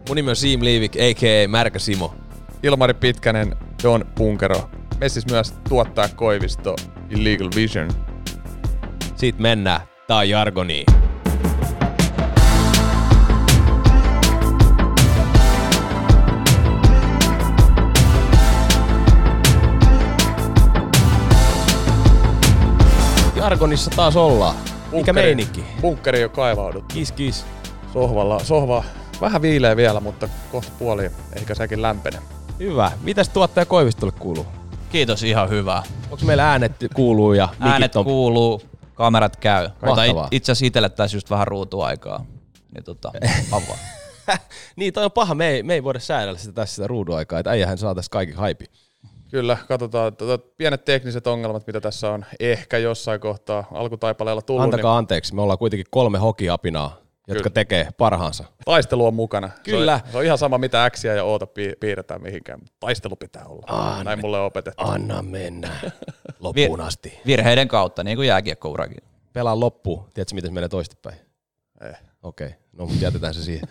Mun nimi on Siim Liivik, a.k.a. Märkä Simo. Ilmari Pitkänen, Don Punkero. Me siis myös tuottaa Koivisto, Illegal Vision. Siitä mennään. Tää on Jargoni. Jargonissa taas ollaan. Mikä meininki? Bunkkeri jo kaivaudut. Kis. Sohva vähän viileä vielä, mutta kohta puoli eikä sekin lämpene. Hyvä. Mitäs tuottaja Koivistolle kuuluu? Kiitos, ihan hyvää. Onko meillä äänet kuuluu ja äänet on... kuuluu, kamerat käy. Mahtavaa. Itse asiassa itselle tässä just vähän ruutuaikaa. Niin avaa. Niin, toi on paha. Me ei voida säädellä sitä tässä sitä ruuduaikaa, että äijähän saa tässä kaikki haipi. Kyllä, katsotaan. Pienet tekniset ongelmat, mitä tässä on ehkä jossain kohtaa alkutaipaleella tullut. Antakaa anteeksi, me ollaan kuitenkin 3 hokiapinaa, jotka tekee parhaansa. Taistelu on mukana. Kyllä. Se on ihan sama, mitä äksiä ja oota piirretään mihinkään. Taistelu pitää olla. Näin mulle on opetettu. Anna mennä loppuun asti. Virheiden kautta, niin kuin jääkiekkourakin. Pelaa loppuun. Tiedätkö, miten se menee toistepäin? Okei. No, mutta jätetään se siihen.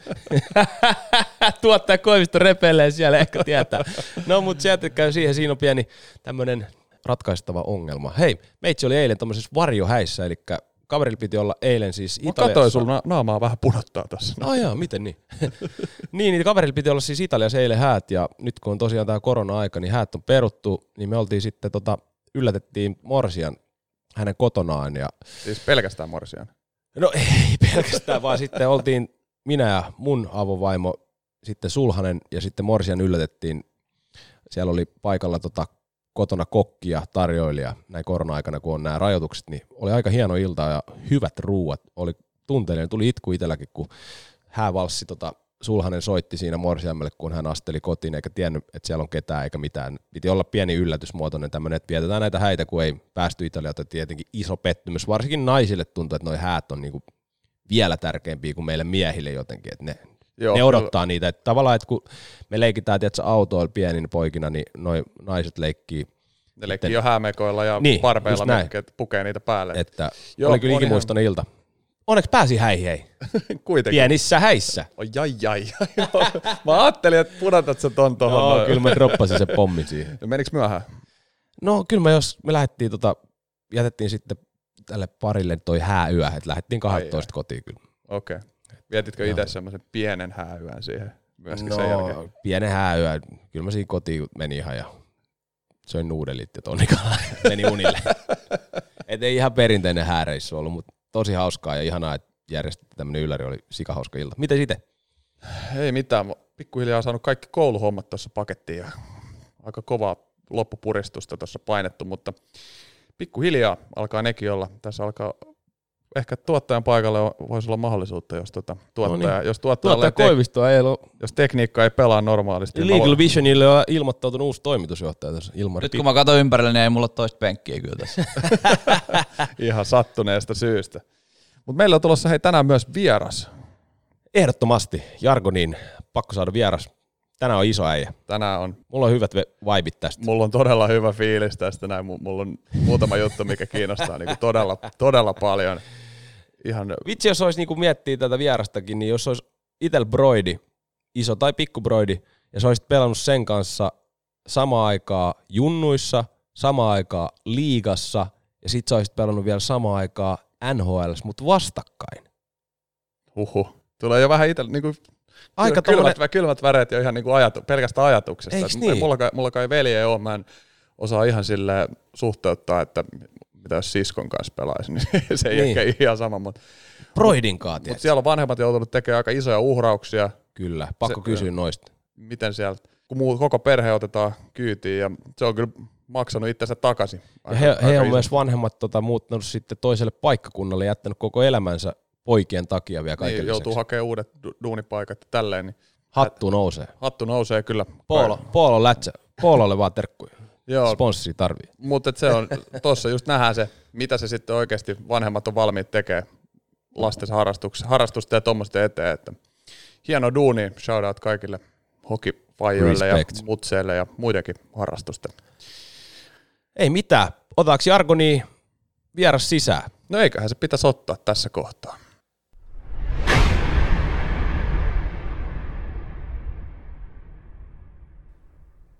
Tuottaja Koivisto repelee siellä, ehkä tietää. No, mutta jätetään siihen. Siinä on pieni tämmönen ratkaistava ongelma. Hei, meitsi oli eilen tommosessa varjohäissä, eli kaverilla piti olla eilen siis Italiassa. Mä katsoin, sulla naamaa vähän pudottaa tässä. No jaa, miten niin? niin, kaverilla piti olla siis Italiassa eilen häät, ja nyt kun on tosiaan tää korona-aika, niin häät on peruttu, niin me oltiin sitten yllätettiin morsian hänen kotonaan. Ja... Siis pelkästään morsian? No ei pelkästään, vaan sitten oltiin minä ja mun avovaimo, sitten sulhanen ja sitten morsian yllätettiin. Siellä oli paikalla kotona kokki ja tarjoilija näin korona-aikana, kun on nämä rajoitukset, niin oli aika hieno ilta ja hyvät ruuat. Oli tunteellinen, tuli itku itselläkin, kun häävalssi sulhanen soitti siinä morsiammelle, kun hän asteli kotiin eikä tiennyt, että siellä on ketään eikä mitään. Piti olla pieni yllätysmuotoinen tämmöinen, että vietetään näitä häitä, kun ei päästy Italiaan, tietenkin iso pettymys. Varsinkin naisille tuntuu, että noi häät on niinku vielä tärkeämpiä kuin meille miehille jotenkin, että ne odottaa niitä. Että tavallaan, että kun me leikitään autoilla pienin poikina, niin noi naiset leikkii. Ne leikkii jo häämekoilla ja parpeilla, pukee niitä päälle. Että oli kyllä ikimuistoinen ilta. Onneksi pääsi häihin, hei. Kuitenkin. Pienissä häissä. Jai. Mä ajattelin, että pudotat sä ton tohon. No, kyllä mä droppasin se pommi siihen. No meniks myöhään? No kyllä me lähdettiin, jätettiin sitten tälle parille toi hääyö, että lähdettiin 12 kotiin kyllä. Okei. Vietitkö itse semmoisen pienen hääyön siihen myöskin sen jälkeen? Pienen hääyö. Kyllä mä siinä kotiin menin ihan ja söin nuudelit ja tonnikalaa. Meni unille. Et ei ihan perinteinen hääreissu ollut, mutta tosi hauskaa ja ihanaa, että järjestettiin tämmönen ylläri, oli sikahauska ilta. Miten itse? Ei mitään, pikkuhiljaa saanut kaikki kouluhommat tuossa pakettiin ja aika kovaa loppupuristusta tuossa painettu, mutta pikkuhiljaa alkaa nekin olla. Tässä alkaa ehkä tuottajan paikalle voisi olla mahdollisuutta, jos tuottaja Koivistoa ei ole. Jos tekniikka ei pelaa normaalisti. Illegal Visionille on ilmoittautunut uusi toimitusjohtaja tässä, Ilmari. Nyt kun mä katson ympärille, niin ei mulla ole toista penkkiä kyllä tässä. Ihan sattuneesta syystä. Mutta meillä on tulossa tänään myös vieras. Ehdottomasti. Jargonin pakko saada vieras. Tänään on iso äijä. Tänään on. Mulla on hyvät vibit tästä. Mulla on todella hyvä fiilis tästä. Näin. Mulla on muutama juttu, mikä kiinnostaa niin todella paljon. Ihan... Vitsi, jos olisi niin miettiä tätä vierastakin, niin jos olisi itsellä broidi, iso tai pikku broidi, ja sä olisit pelannut sen kanssa samaan aikaa junnuissa, samaan aikaan liigassa, ja sit sä olisit pelannut vielä samaan aikaan NHL:ssä, mutta vastakkain. Tulee jo vähän itsellä niinku aika kylmät väreet jo ihan niinku pelkästä ajatuksesta. Eiks niin? Mulla kai veljeä on, mä en osaa ihan silleen suhteuttaa, että mitä jos siskon kanssa pelaisi, niin se ei ehkä ihan sama. Broidinkaan, mutta siellä on vanhemmat joutunut tekemään aika isoja uhrauksia. Kyllä, pakko kysyä noista. Miten siellä, kun koko perhe otetaan kyytiin, ja se on kyllä maksanut itsensä takaisin. He on myös vanhemmat muuttanut sitten toiselle paikkakunnalle, jättänyt koko elämänsä poikien takia vielä kaiken lisäksi. Joutuu hakemaan uudet duunipaikat ja tälleen. Niin hattu nousee. Hattu nousee kyllä. Poolo lätsä. Poololle vaan terkkuja. Joo. Sponssi tarvii. Mutta se on, tossa just nähdään se, mitä se sitten oikeasti vanhemmat on valmiit tekemään lastensa harrastusta ja tuommoista eteen. Että hieno duuni, shoutout kaikille hokifajoille ja mutseille ja muidenkin harrastusten. Ei mitään. Otetaanko Jargoni vieras sisään? No eiköhän se pitäisi ottaa tässä kohtaa.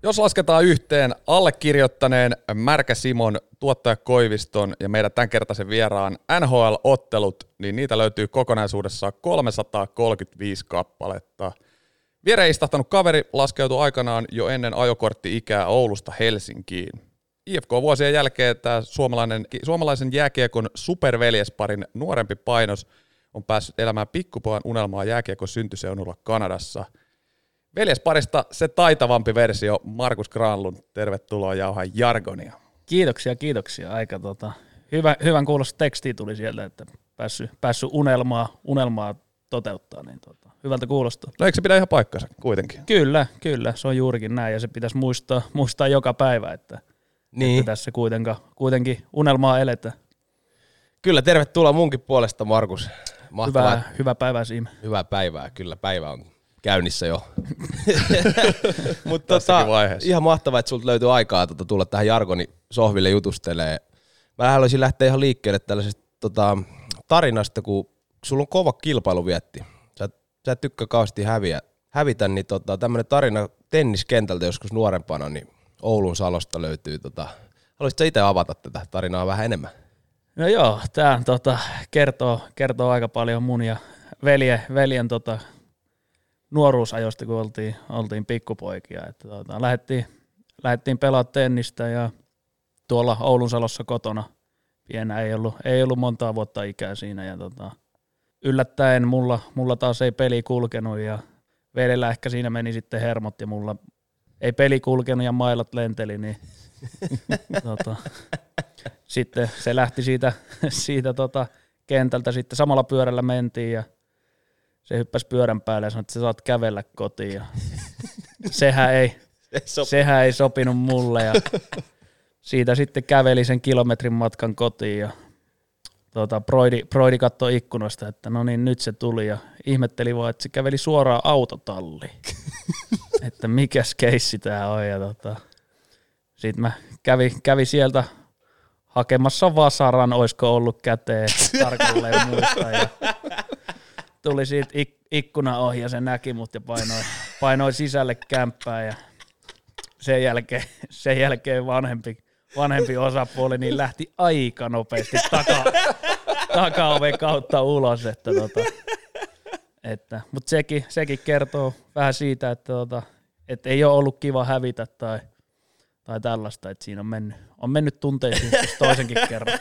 Jos lasketaan yhteen allekirjoittaneen Märkä Simon, tuottaja Koiviston ja meidän tämänkertaisen vieraan NHL-ottelut, niin niitä löytyy kokonaisuudessaan 335 kappaletta. Viereen istahtanut kaveri laskeutui aikanaan jo ennen ajokortti-ikää Oulusta Helsinkiin. IFK-vuosien jälkeen tämä suomalaisen jääkiekon superveljesparin nuorempi painos on päässyt elämään pikkupojan unelmaa jääkiekon syntyseudulla Kanadassa. Veljesparista se taitavampi versio, Markus Granlund, tervetuloa jauhaan jargonia. Kiitoksia. Aika hyvän kuulosta tekstiä tuli sieltä, että päässyt unelmaa toteuttaa, niin hyvältä kuulostaa. No eikö se pidä ihan paikkansa kuitenkin? Kyllä, se on juurikin näin ja se pitäisi muistaa joka päivä, että tässä kuitenkin unelmaa eletään. Kyllä, tervetuloa munkin puolesta, Markus. Hyvää päivää, Siim. Hyvää päivää, kyllä päivä on käynnissä jo. Mutta ihan mahtavaa, että sulta löytyy aikaa tulla tähän Jargoni sohville jutustelemaan. Mä haluaisin lähteä ihan liikkeelle tällaisesta tarinasta, kun sulla on kova kilpailuvietti. Sä et tykkää kauheasti hävitä, niin tämmönen tarina tenniskentältä joskus nuorempana, niin Oulun Salosta löytyy. Haluaisitko sä itse avata tätä tarinaa vähän enemmän? No joo, tää kertoo aika paljon mun ja veljen nuoruusajoista, kun oltiin pikkupoikia. Että lähdettiin pelaamaan tennistä ja tuolla Oulun Salossa kotona pienä ei ollut montaa vuotta ikää siinä. Ja yllättäen mulla taas ei peli kulkenut ja veljellä ehkä siinä meni sitten hermot ja mulla ei peli kulkenut ja mailot lenteli, niin sitten se lähti siitä kentältä, sitten samalla pyörällä mentiin ja se hyppäsi pyörän päälle ja sanoi, että sä saat kävellä kotiin. Ja sehän ei sopinut mulle ja siitä sitten käveli sen kilometrin matkan kotiin ja Broidi katsoi ikkunasta, että no niin nyt se tuli ja ihmetteli vaan, että se käveli suoraan autotalliin. Että mikäs keissi tää on ja sitten mä kävin sieltä hakemassa vasaran, oisko ollut käteen, tarkalleen muista ja tuli siitä ikkuna ohi ja se näki mut ja painoi sisälle kämppään ja sen jälkeen vanhempi osapuoli niin lähti aika nopeasti takaoven kautta ulos, mutta sekin kertoo vähän siitä, että ei ole ollut kiva hävitä tai tällaista, että siinä on mennyt tunteisiin toisenkin kerran.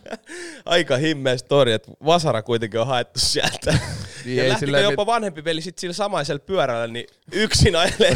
Aika himmeä story, että vasara kuitenkin on haettu sieltä. Ja lähtikö jopa vanhempi veli sitten sillä samaisella pyörällä, niin yksin ajelee.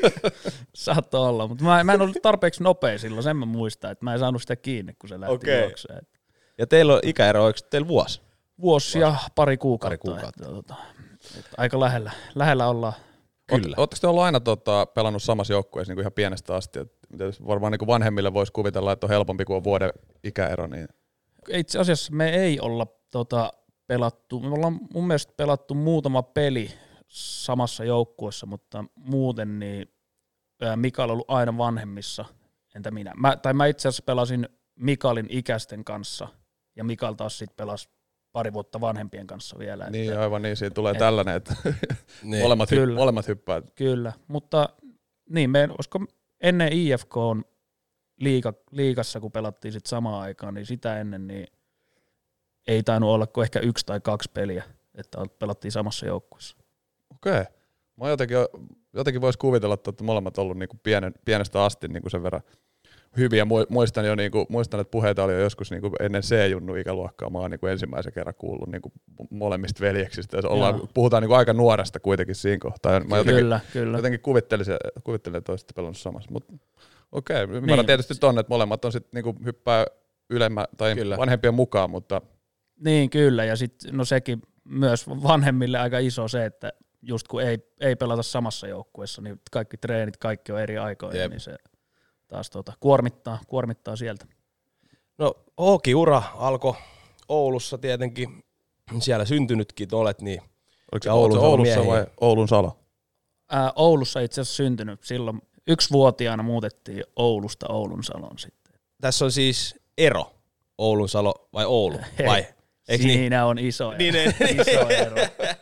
Saattoi olla, mutta mä en ollut tarpeeksi nopea silloin, sen mä muistan, että mä en saanut sitä kiinni, kun se lähti juokseen. Ja teillä on ikäero, oliko teillä vuosi? Vuosi ja pari kuukautta. Että aika lähellä ollaan. Kyllä. Oletteko te ollut aina pelannut samassa joukkueessa niin kuin ihan pienestä asti? Varmaan niin kuin vanhemmille voisi kuvitella, että on helpompi kuin on vuoden ikäero. Niin. Itse asiassa me ei olla pelattu. Me ollaan mun mielestä pelattu muutama peli samassa joukkueessa, mutta muuten niin Mikael on ollut aina vanhemmissa. Entä minä? Mä itse asiassa pelasin Mikaelin ikäisten kanssa ja Mikael taas sitten pelasi pari vuotta vanhempien kanssa vielä. Niin aivan niin, siinä tulee tällainen, että niin. molemmat hyppää. Kyllä, mutta niin, olisiko ennen IFK on liigassa, kun pelattiin sitten samaan aikaan, niin sitä ennen niin ei tainnut olla kuin ehkä 1 tai 2 peliä, että pelattiin samassa joukkueessa. Okei. Mä jotenkin voisi kuvitella, että molemmat ollut niinku pienestä asti niinku sen verran hyviä. Muistan, että puheita oli jo joskus niinku ennen C-junnu ikäluokkaa. Mä oon niinku ensimmäisen kerran kuullut niinku molemmista veljeksistä. Puhutaan niinku aika nuoresta kuitenkin siinä kohtaa. Mä jotenkin kuvittelin, että olisitte pelannut samassa. Okei, ymmärrän niin. Tietysti tonne, että molemmat on sitten niinku hyppää ylemmä tai kyllä. Vanhempien mukaan, mutta... Niin kyllä, ja sitten no sekin myös vanhemmille aika iso se, että just kun ei pelata samassa joukkueessa, niin kaikki treenit, kaikki on eri aikoina, niin se taas kuormittaa sieltä. No hockey-ura alkoi Oulussa tietenkin, siellä syntynytkin olet, niin... Oliko Oulussa vai Oulun Salo? Oulussa itse asiassa syntynyt, silloin 1-vuotiaana muutettiin Oulusta Oulun Saloon sitten. Tässä on siis ero, Oulun Salo vai Oulu, vai? Siinä niin? On iso ero. Iso ero.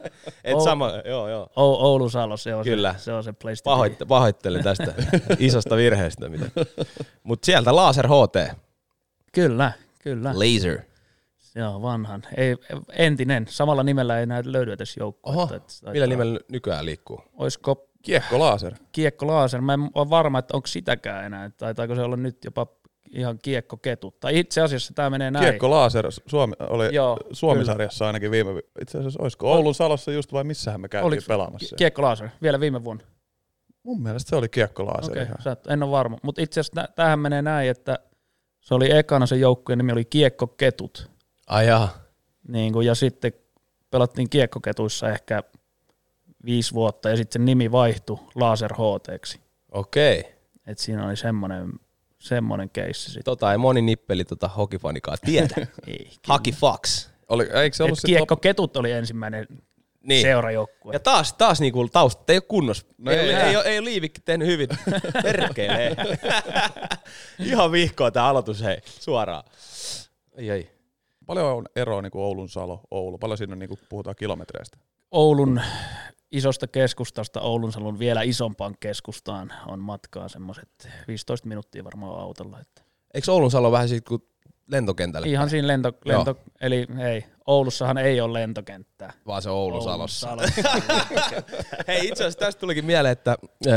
Et sama, joo. Oulu-Salo, se on Kyllä. se on se place to be. Pahoittelen tästä isosta virheestä. Mutta sieltä Laser HT. Kyllä. Laser. Joo, vanhan. Entinen. Samalla nimellä ei enää löydy edes joukkuetta. Millä nimellä nykyään liikkuu? Olisiko Kiekko Laser. Kiekko Laser? Mä en ole varma, että onko sitäkään enää. Taitaako se olla nyt jopa ihan Kiekko Ketut? Tai itse asiassa tämä menee näin. Kiekko Laser oli Suomi-sarjassa ainakin itse asiassa olisiko Oulun Salossa just vai missähän me käytiin pelaamassa? Kiekko Laser, vielä viime vuonna. Mun mielestä se oli Kiekko Laser. Okei, en ole varma. Mutta itse asiassa tämähän menee näin, että se oli ekana se joukkueen nimi oli Kiekko Ketut. Ai jaha. Niin kuin, ja sitten pelattiin Kiekkoketuissa ehkä 5 vuotta ja sitten se nimi vaihtui Laser HT:ksi. Okei. Et siinä oli semmoinen keissi sitten. Ei moni nippeli hokifanikaan tiedä. Ei, Haki Fox. Eikö se ollut Kiekko-Ketut oli ensimmäinen seurajoukkue. Ja taas niinku taustat ei ole kunnossa. No ei ole Liivikki tehnyt hyvin. Perkele. Ihan vihkoa tää aloitus, hei, suoraan. Ei. Paljon on eroa niin kuin Oulun Salo, Oulu? Paljon siinä on, niin kuin puhutaan kilometreistä? Oulun isosta keskustasta Oulun Salon vielä isompaan keskustaan on matkaa semmoiset 15 minuuttia varmaan autolla. Eikö Oulun Salo vähän siitä kuin lentokentälle? Ihan siinä eli ei, Oulussahan ei ole lentokenttää. Vaan se Oulun Salossa. Hei, itse asiassa tästä tulikin mieleen, että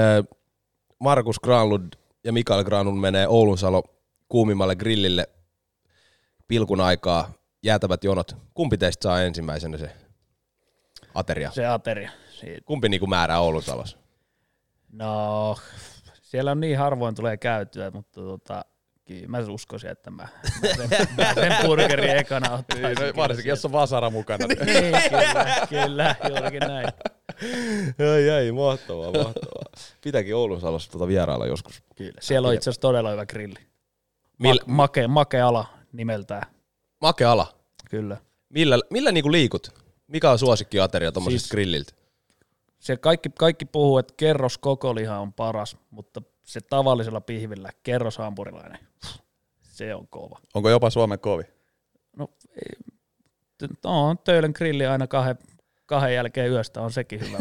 Markus Granlund ja Mikael Granlund menee Oulun Salo kuumimmalle grillille pilkun aikaa, jäätävät jonot. Kumpi teistä saa ensimmäisenä se ateria? Se ateria. Siitä. Kumpi niinku määrää Oulun Salossa? No, siellä on niin harvoin tulee käytyä, mutta kyllä mä uskoisin, että mä sen burgerin ekana ottaisin. Niin, varsinkin jos on vasara mukana. Niin, kyllä, juurikin näin. Ei, mahtavaa. Pitääkin Oulun Salossa vierailla joskus. Kyllä. Siellä on itse asiassa todella hyvä grilli. Make ala nimeltään. Make ala? Kyllä. Millä niinku liikut? Mikä on suosikkiateria tommosesta grilliltä? Se kaikki puhuu, että kerros kokoliha on paras, mutta se tavallisella pihvillä kerroshampurilainen, se on kova. Onko jopa Suomen kovi? No, Töölön grilli aina kahden jälkeen yöstä on sekin hyvä.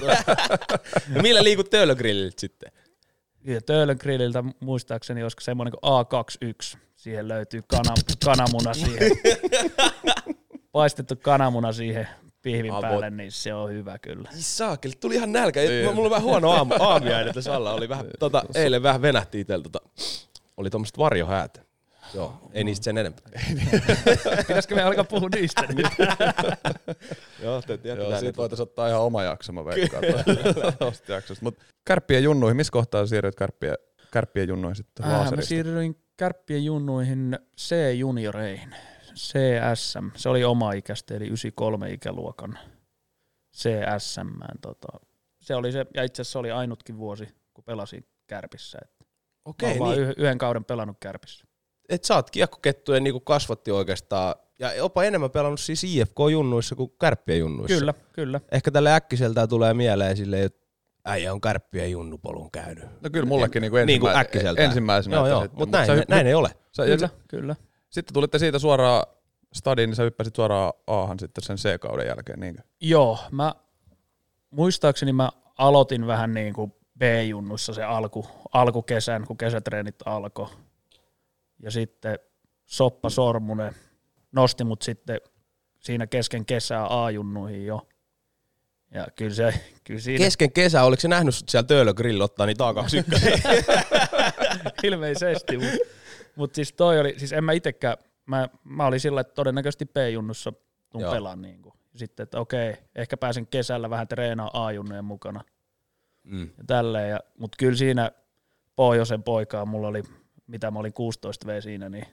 No millä liikut Töölön grilliltä sitten? Ja Töölön grilliltä muistaakseni olisiko semmoinen kuin A21. Siihen löytyy kananmuna siihen. Paistettu kananmuna siihen pihvin päälle, niin se on hyvä kyllä. Saakeli, tuli ihan nälkä. Mulla oli vähän huono aamiainen tässä alla. Oli vähän, eilen vähän venähti itsellä. Oli tommoset varjohäät. Joo, ei niistä sen enempää. Pitäisikö me alkaa puhua niistä nyt? Joo, siitä voitaisiin ottaa ihan oma jakso, mä veikkaan. Mutta Kärppien junnuihin, missä kohtaa siirryit Kärppien junnuihin sitten Laaserista? Mä siirryin Kärppien junnuihin C-junioreihin. CSM, se oli oma ikäistä, eli 93 ikäluokan CSM. Se oli se, ja itse asiassa se oli ainutkin vuosi, kun pelasin Kärpissä. Okei, mä oon niin. vaan yhden kauden pelannut Kärpissä. Et sä oot kiekkokettujen niinku kasvatti oikeastaan, ja jopa enemmän pelannut siis IFK-junnuissa kuin Kärppien junnuissa. Kyllä. Ehkä tälle äkkiseltään tulee mieleen silleen, että äijä on Kärppien junnupolun käynyt. No kyllä mullekin ensimmäisenä. Joo, mutta näin ei ole. Kyllä. Sitten tulitte siitä suoraan stadiin, niin sä hyppäsit suoraan A:han sitten sen C-kauden jälkeen, niinkö? Joo, muistaakseni mä aloitin vähän niin kuin B-junnuissa se alkukesän, kun kesätreenit alkoi. Ja sitten Soppa Sormunen nosti mut sitten siinä kesken kesää A-junnuihin jo. Ja kyllä siinä... Kesken kesää, oliko se nähnyt sut siellä Töölön grill ottaa niitä A21? Ilmeisesti, mutta siis toi oli, siis en mä itekään, mä olin sillä, että todennäköisesti B-junnussa tuun pelaan niinku. Sitten, että okei, ehkä pääsen kesällä vähän treenaamaan A-junnujen mukana. Ja tälleen, mutta kyllä siinä pohjoisen poikaa mulla oli, mitä mä olin 16 V siinä, niin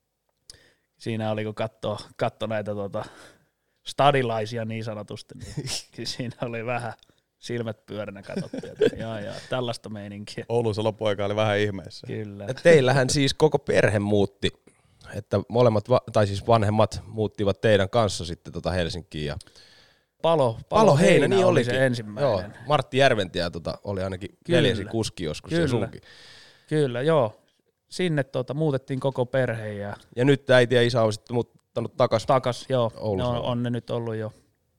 siinä oli kun katto näitä stadilaisia niin sanotusti, niin siinä oli vähän silmät pyöränä katsottiin, että jaa, tällaista meininkiä. Oulun Salon poika oli vähän ihmeessä. Kyllä. Teillähän siis koko perhe muutti, että molemmat, tai siis vanhemmat muuttivat teidän kanssa sitten Helsinkiin. Ja Paloheinä niin oli se ensimmäinen. Joo, Martti Järventie oli ainakin veljesi kuski joskus ja sunkin. Kyllä, joo. Sinne muutettiin koko perhe. Ja nyt äiti ja isä on sitten muuttanut takas joo. Oulussa. On ne nyt ollut jo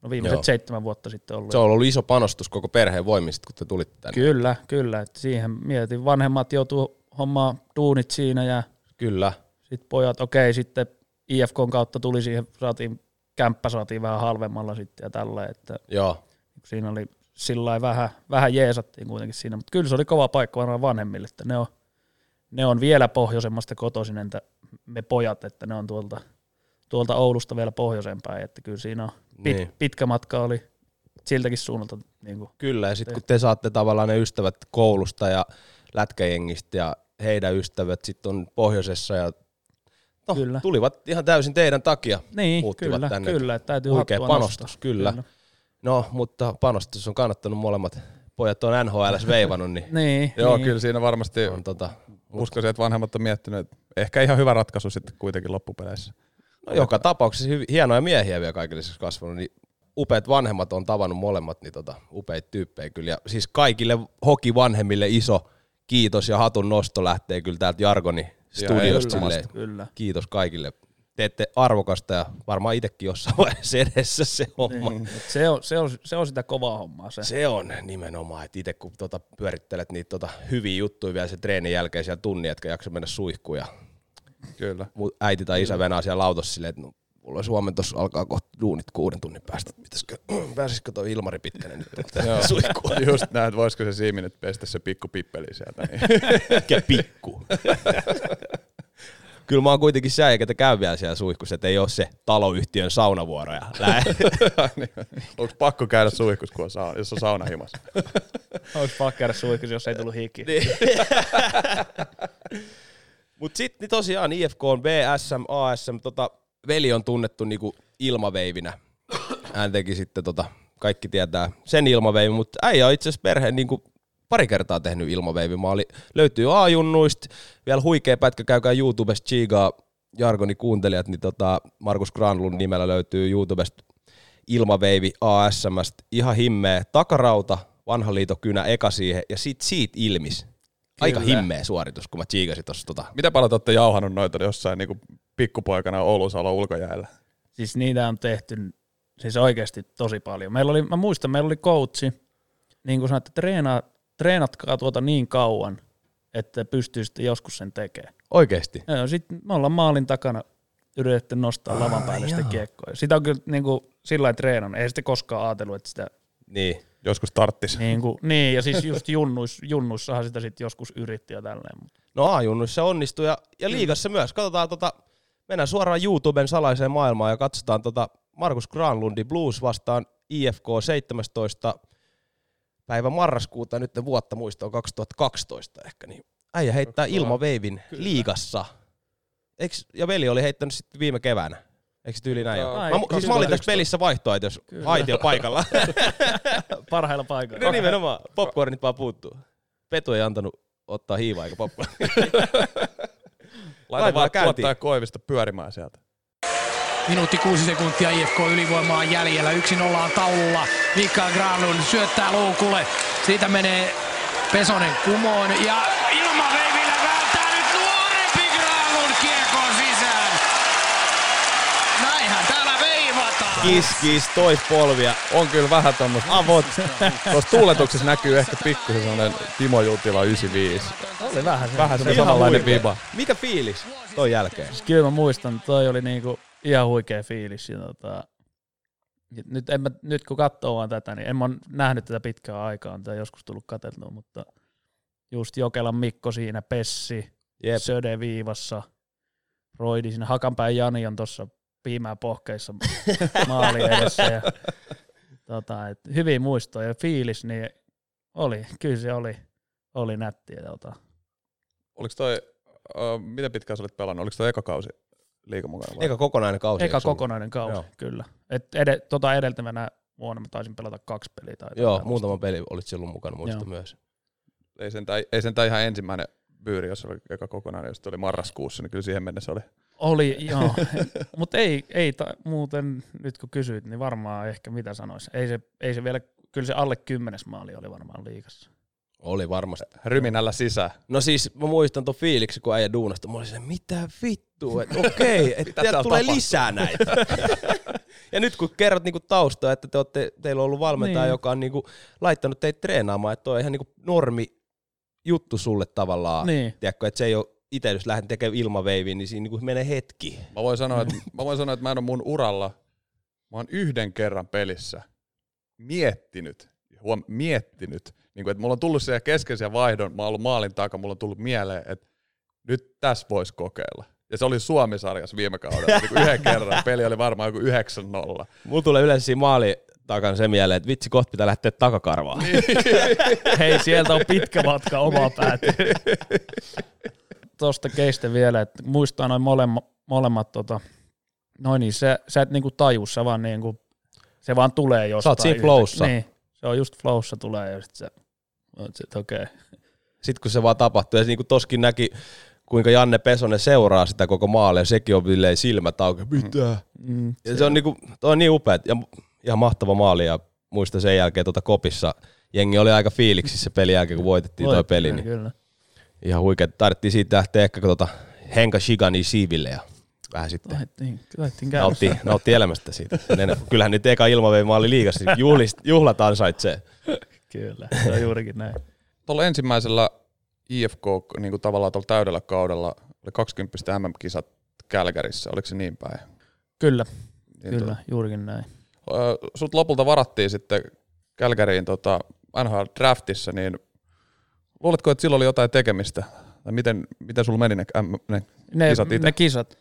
No viimeiset 7 vuotta sitten ollut. Se on ollut iso panostus koko perheen voimin, kun te tulitte tänne. Kyllä. Että siihen mietin. Vanhemmat joutuu hommaa duunit siinä ja Kyllä. sitten pojat, sitten IFK:n kautta tuli siihen, kämppä saatiin vähän halvemmalla sitten ja tälleen, että Joo. siinä oli sillä vähän jeesattiin kuitenkin siinä, mutta kyllä se oli kova paikka varmaan vanhemmille, että ne on vielä pohjoisemmasta kotoisin, entä me pojat, että ne on tuolta Oulusta vielä pohjoisempään, että kyllä siinä on pitkä matka oli siltäkin suunnalta. Niin kuin kyllä, ja sitten kun te saatte tavallaan ne ystävät koulusta ja lätkäjengistä ja heidän ystävät sitten on pohjoisessa ja tulivat ihan täysin teidän takia. Niin, kyllä, että täytyy huikea hattua panostus, nostaa. kyllä. No, mutta panostus on kannattanut molemmat. Pojat on NHL:ssä veivannut, niin. Joo, kyllä siinä varmasti on uskoisin, että vanhemmat on miettinyt, että ehkä ihan hyvä ratkaisu sitten kuitenkin loppupeleissä. No, joka tapauksessa hienoja miehiä vielä kaikille kasvanut, niin upeat vanhemmat on tavannut molemmat, niin upeita tyyppejä kyllä. Ja siis kaikille hokivanhemmille iso kiitos ja hatun nosto lähtee kyllä täältä Jargoni studiosta. Kyllä. Kiitos kaikille. Teette arvokasta ja varmaan itsekin jossain vaiheessa edessä se homma. Niin. Se on sitä kovaa hommaa. Se on nimenomaan, että itse kun pyörittelet niitä hyviä juttuja vielä se treenin jälkeen siellä tunnin, etkä jaksa mennä suihkuun ja kyllä. Äiti tai isä venää siellä autossa silleen, että no, mulla olisi huomenna tuossa alkaa kohta duunit 6 tunnin päästä. Pääsisikö toi Ilmari Pitkänen nyt suihkuun? Just näin, että voisiko se Siimi nyt pestä se pikku pippeli sieltä. Mikä pikku? Kyllä mä oon kuitenkin se, eikä käy vielä siellä suihkussa, että ei ole se taloyhtiön saunavuoro. Onko pakko käydä suihkussa, jos on saunahimassa? Onko pakko käydä suihkussa, jos ei tullut hiki? Mutta sitten tosiaan IFK on BSM, ASM, veli on tunnettu niinku ilmaveivinä. Hän teki sitten kaikki tietää sen ilmaveivin, mutta äijä on itse asiassa perheen niinku pari kertaa tehnyt ilmaveivimaali. Löytyy A-junnuista, vielä huikea pätkä, käykää YouTubesta chigaa, Jargoni kuuntelijat, niin Markus Granlund nimellä löytyy YouTubesta ilmaveivi ASM:stä, ihan himmeä takarauta, vanha liitokynä eka siihen ja sitten siitä ilmis. Aika himmeä suoritus, kun mä chiigasin tuossa. Mitä paljon te olette jauhannut noita jossain niinku pikkupoikana Oulusalon ulkojäällä? Siis niitä on tehty siis oikeasti tosi paljon. Mä muistan, meillä oli coachi, niin kuin sanoit, että treenatkaa tuota niin kauan, että pystyy sitten joskus sen tekemään. Oikeesti? Joo, sitten me ollaan maalin takana yritetty nostaa lavan päälle sitä kiekkoa. Sitä on kyllä niin kuin sillain treenannut. Ei sitten koskaan ajatellut, että sitä niin. Joskus tarttis. Niin, ja siis just junnuissahan sitä sitten joskus yritti ja tälleen. No A-junnuissa onnistui ja liigassa myös. Katsotaan, mennään suoraan YouTuben salaiseen maailmaan ja katsotaan Markus Granlundi Blues vastaan IFK 17. päivä marraskuuta, nyt vuotta muista on 2012 ehkä, niin äijä heittää ilmaveivin liigassa. Ja veli oli heittänyt sitten viime keväänä. Eikö tyyli näin jo? Mä olin tässä pelissä vaihtoa, jos Haiti on paikalla. Parhailla paikoilla. No nimenomaan, popcornit vaan puuttuu. Petu ei antanut ottaa hiivaa eikä popcorn. Laita vaan tuottaja Koivisto pyörimään sieltä. Minuutti 6 sekuntia IFK ylivoimaa jäljellä. 1-0 taululla. Mikael Granlund syöttää luukulle. Siitä menee Pesonen kumoon ja ilmaveivillä välttää nyt nuorempi Granlund kiekkoon sisään. Näinhän täällä veivataan. Kiss, tois polvia. On kyllä vähän tommoista. Avot. Tuossa tuuletuksessa näkyy ehkä pikkusen sellainen Timo Jutila 95. Oli vähän se samanlainen viba. Mikä fiilis toi jälkeen? Siis kyllä mä muistan, toi oli niinku ihan huikea fiilis. Ja nyt kun katsoo vaan tätä, niin en mä ole nähnyt tätä pitkään aikaa, on joskus tullut katseltua, mutta just Jokelan Mikko siinä, Pessi, Söde viivassa, Roidi siinä, Hakanpään Jani on tuossa piimää pohkeissa maalin edessä. Ja, hyvin muistoja ja fiilis, niin kyllä se oli nättiä. Oliko toi, miten pitkään sä olit pelannut, oliko toi eka kausi liigan mukana? Eka kokonainen kausi. Eka kokonainen kausi, joo. Kyllä. Edeltävänä vuonna mä taisin pelata 2 peliä. Joo, muutama peli olit silloin mukana, muista myös. Ei sentään ihan ensimmäinen byyri, jos oli eka kokonainen, jos oli marraskuussa, niin kyllä siihen mennessä oli. Oli, joo. Mutta muuten, nyt kun kysyit, niin varmaan ehkä mitä sanoisi. Ei se vielä, kyllä se alle 10 maali oli varmaan liigassa. Oli varmasti. Ryminällä sisään. No siis mä muistan ton fiiliksi, kun äijä duunasta. Mä olin se, mitä vittua, että okei, että tulee lisää näitä. Ja nyt kun kerrot niinku taustaa, että teillä on ollut valmentaja, joka on niinku laittanut teitä treenaamaan, että toi on ihan niinku normi juttu sulle tavallaan. Niin. Tiedätkö, että se ei ole itse, jos lähden tekemään ilmaveiviin, niin siinä niinku menee hetki. Mä voin sanoa, että mä en ole mun uralla, mä oon yhden kerran pelissä miettinyt, niin kuin, että mulla on tullut siellä keskeisiä vaihdon, mä oon ollut maalin takaa, mulla on tullut mieleen, että nyt tässä voisi kokeilla. Ja se oli Suomi-sarjassa viime kaudella, niin yhden kerran. Peli oli varmaan joku 9-0. Mulla tulee yleensä siinä maalin takana se mieleen, että vitsi, kohta pitää lähteä takakarvaan. Hei, sieltä on pitkä matka omaa päätyä. Tuosta keistä vielä, että muistaa noin molemmat noin niin, sä et niinku taju, sä vaan niinku, se vaan tulee jostain. Sä oot siinä flowssa. Niin, se on just flowssa tulee ja sit sä oot sit okei. Sitten kun se vaan tapahtuu, ja niin kuin toskin näki, kuinka Janne Pesonen seuraa sitä koko maalia, ja sekin on silmät auki, mitä? Ja se on niinku, toi on niin upea, ja ihan mahtava maali, ja muistan sen jälkeen kopissa, jengi oli aika fiiliksissä pelin jälkeen, kun voitettiin toi peli, niin kyllä. Ihan huikea. Tarvittiin siitä lähteä ehkä Henka Shigani siiville, ja vähän sitten nautti elämästä siitä. Kyllähän nyt eka ilmaveimaali liigassa, niin juhlat ansaitsee. Kyllä, se on juurikin näin. Tuolla ensimmäisellä IFK niin kuin tavallaan tuolla täydellä kaudella oli 20 MM-kisat Kälkärissä, oliko se niin päin? Kyllä, Niin kyllä, juurikin näin. Sut lopulta varattiin sitten Kälkäriin NHL-draftissa, niin luuletko, että sillä oli jotain tekemistä? Tai miten sulla meni ne kisat itse? Ne kisat.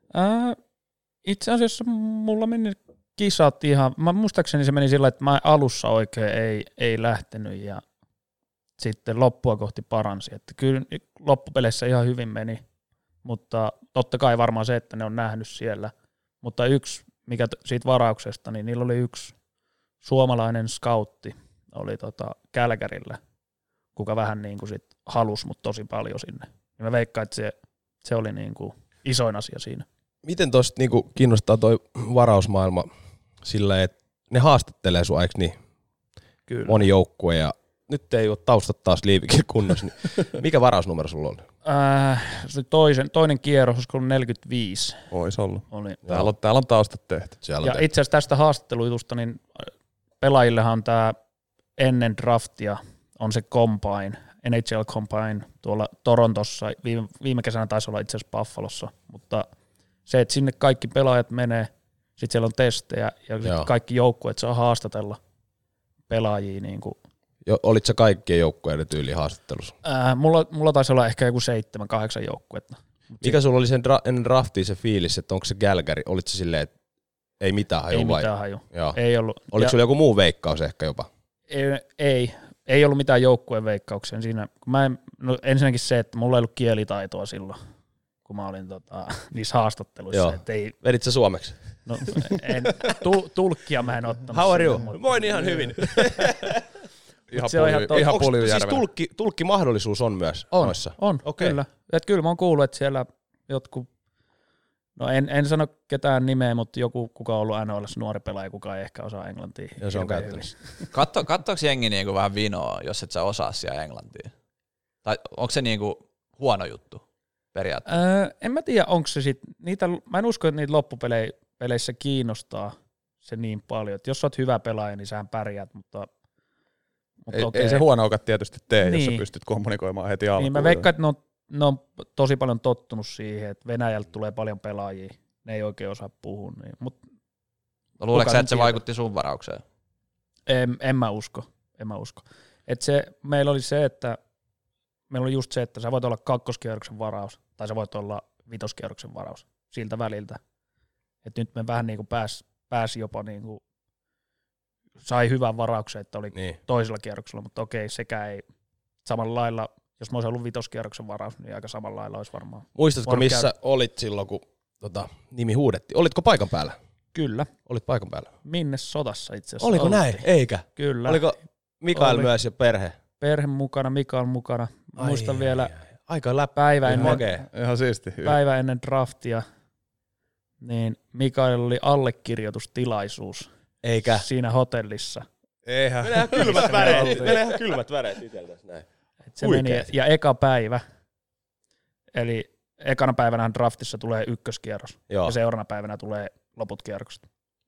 Itse asiassa mulla meni kisat ihan, muistaakseni se meni sillä, että mä alussa oikein ei lähtenyt ja sitten loppua kohti paransi. Että kyllä loppupeleissä ihan hyvin meni, mutta totta kai varmaan se, että ne on nähnyt siellä. Mutta yksi, mikä siitä varauksesta, niin niillä oli yksi suomalainen scoutti, oli Kälkärillä, kuka vähän niin kuin sit halusi mut tosi paljon sinne. Ja mä veikkaan, että se oli niin kuin isoin asia siinä. Miten tosta niinku kiinnostaa toi varausmaailma sillä, että ne haastattelee sua, eikö niin? Kyllä. Moni joukkue ja nyt ei ole taustat taas liivikin kunnossa. Niin mikä varausnumero sulla oli? Se toinen kierros, olisiko ollut 45. Ois ollut. Oli. Täällä on taustat tehty. Ja itse asiassa tästä haastattelujutusta, niin pelaajillehan tämä ennen draftia on se Combine, NHL Combine tuolla Torontossa. Viime kesänä taisi olla itse asiassa Buffalossa, mutta se, että sinne kaikki pelaajat menee, sitten siellä on testejä ja kaikki joukkueet saa haastatella pelaajia. Niin kuin. Olitko sä kaikkien joukkueiden tyyliin haastattelussa? Mulla taisi olla ehkä joku 7-8 joukkuetta. Mikä sulla oli sen ennen draftia se fiilis, että onko se Kälkäri? Olitko sä silleen, että ei mitään haju ei vai? Mitään haju. Ei ollut. Oliko sulla joku muu veikkaus ehkä jopa? Ei ollut mitään joukkueen veikkauksia siinä. Ensinnäkin se, että mulla ei ollut kielitaitoa silloin, kun mä olin niissä haastatteluissa. Vedit sä suomeksi? No, tulkkia mä en ottanut. How are you? Voin ihan hyvin. Ihan Puljujärvellä. Siis tulkkimahdollisuus on myös noissa? On, okay. Kyllä. Et kyllä mä oon kuullut, että siellä jotkut, no en sano ketään nimeä, mutta joku, kuka on ollut NHL:ssä nuori pelaaja, kuka ei ehkä osaa englantia. Ja se on käyttänyt. Katsoako jengi niinku vähän vinoa, jos et sä osaa siellä englantia? Tai onko se niinku huono juttu periaatteessa? En mä tiedä, onko se mä en usko, että niitä loppupeleissä kiinnostaa se niin paljon. Että jos sä oot hyvä pelaaja, niin sähän pärjäät, mutta ei se huono-okat tietysti tee, niin. Jos sä pystyt kommunikoimaan heti alkuun. Niin mä veikkaan, että ne on tosi paljon tottunut siihen, että Venäjältä tulee paljon pelaajia. Ne ei oikein osaa puhua. Niin. No luuleeko sä, että se vaikutti sun varaukseen? En mä usko. Meillä oli se, että meillä oli just se, että sä voit olla kakkoskierroksen varaus, tai sä voit olla vitoskierroksen varaus siltä väliltä. Et nyt me vähän niin kuin pääsi jopa niin kuin sai hyvän varauksen, että oli toisella kierroksella, mutta okei, sekä ei samalla lailla, jos mä olisin ollut vitoskierroksen varaus, niin aika samalla lailla olisi varmaan. Muistatko, missä olit silloin, kun nimi huudettiin? Olitko paikan päällä? Kyllä. Olit paikan päällä? Minnesotassa itse asiassa. Oliko näin? Eikä? Kyllä. Oliko Mikael myös ja perhe? Perhe mukana, Mikael mukana. Muistan vielä aika ihan siisti. Päivä ennen draftia, niin Mikael oli allekirjoitustilaisuus. Eikä. Siinä hotellissa. Eihän. Menee ihan kylmät väreet itseltäs näin. Se meni, ja eka päivä, eli ekana päivänä draftissa tulee ykköskierros, ja seuraavana päivänä tulee loput kierrokset.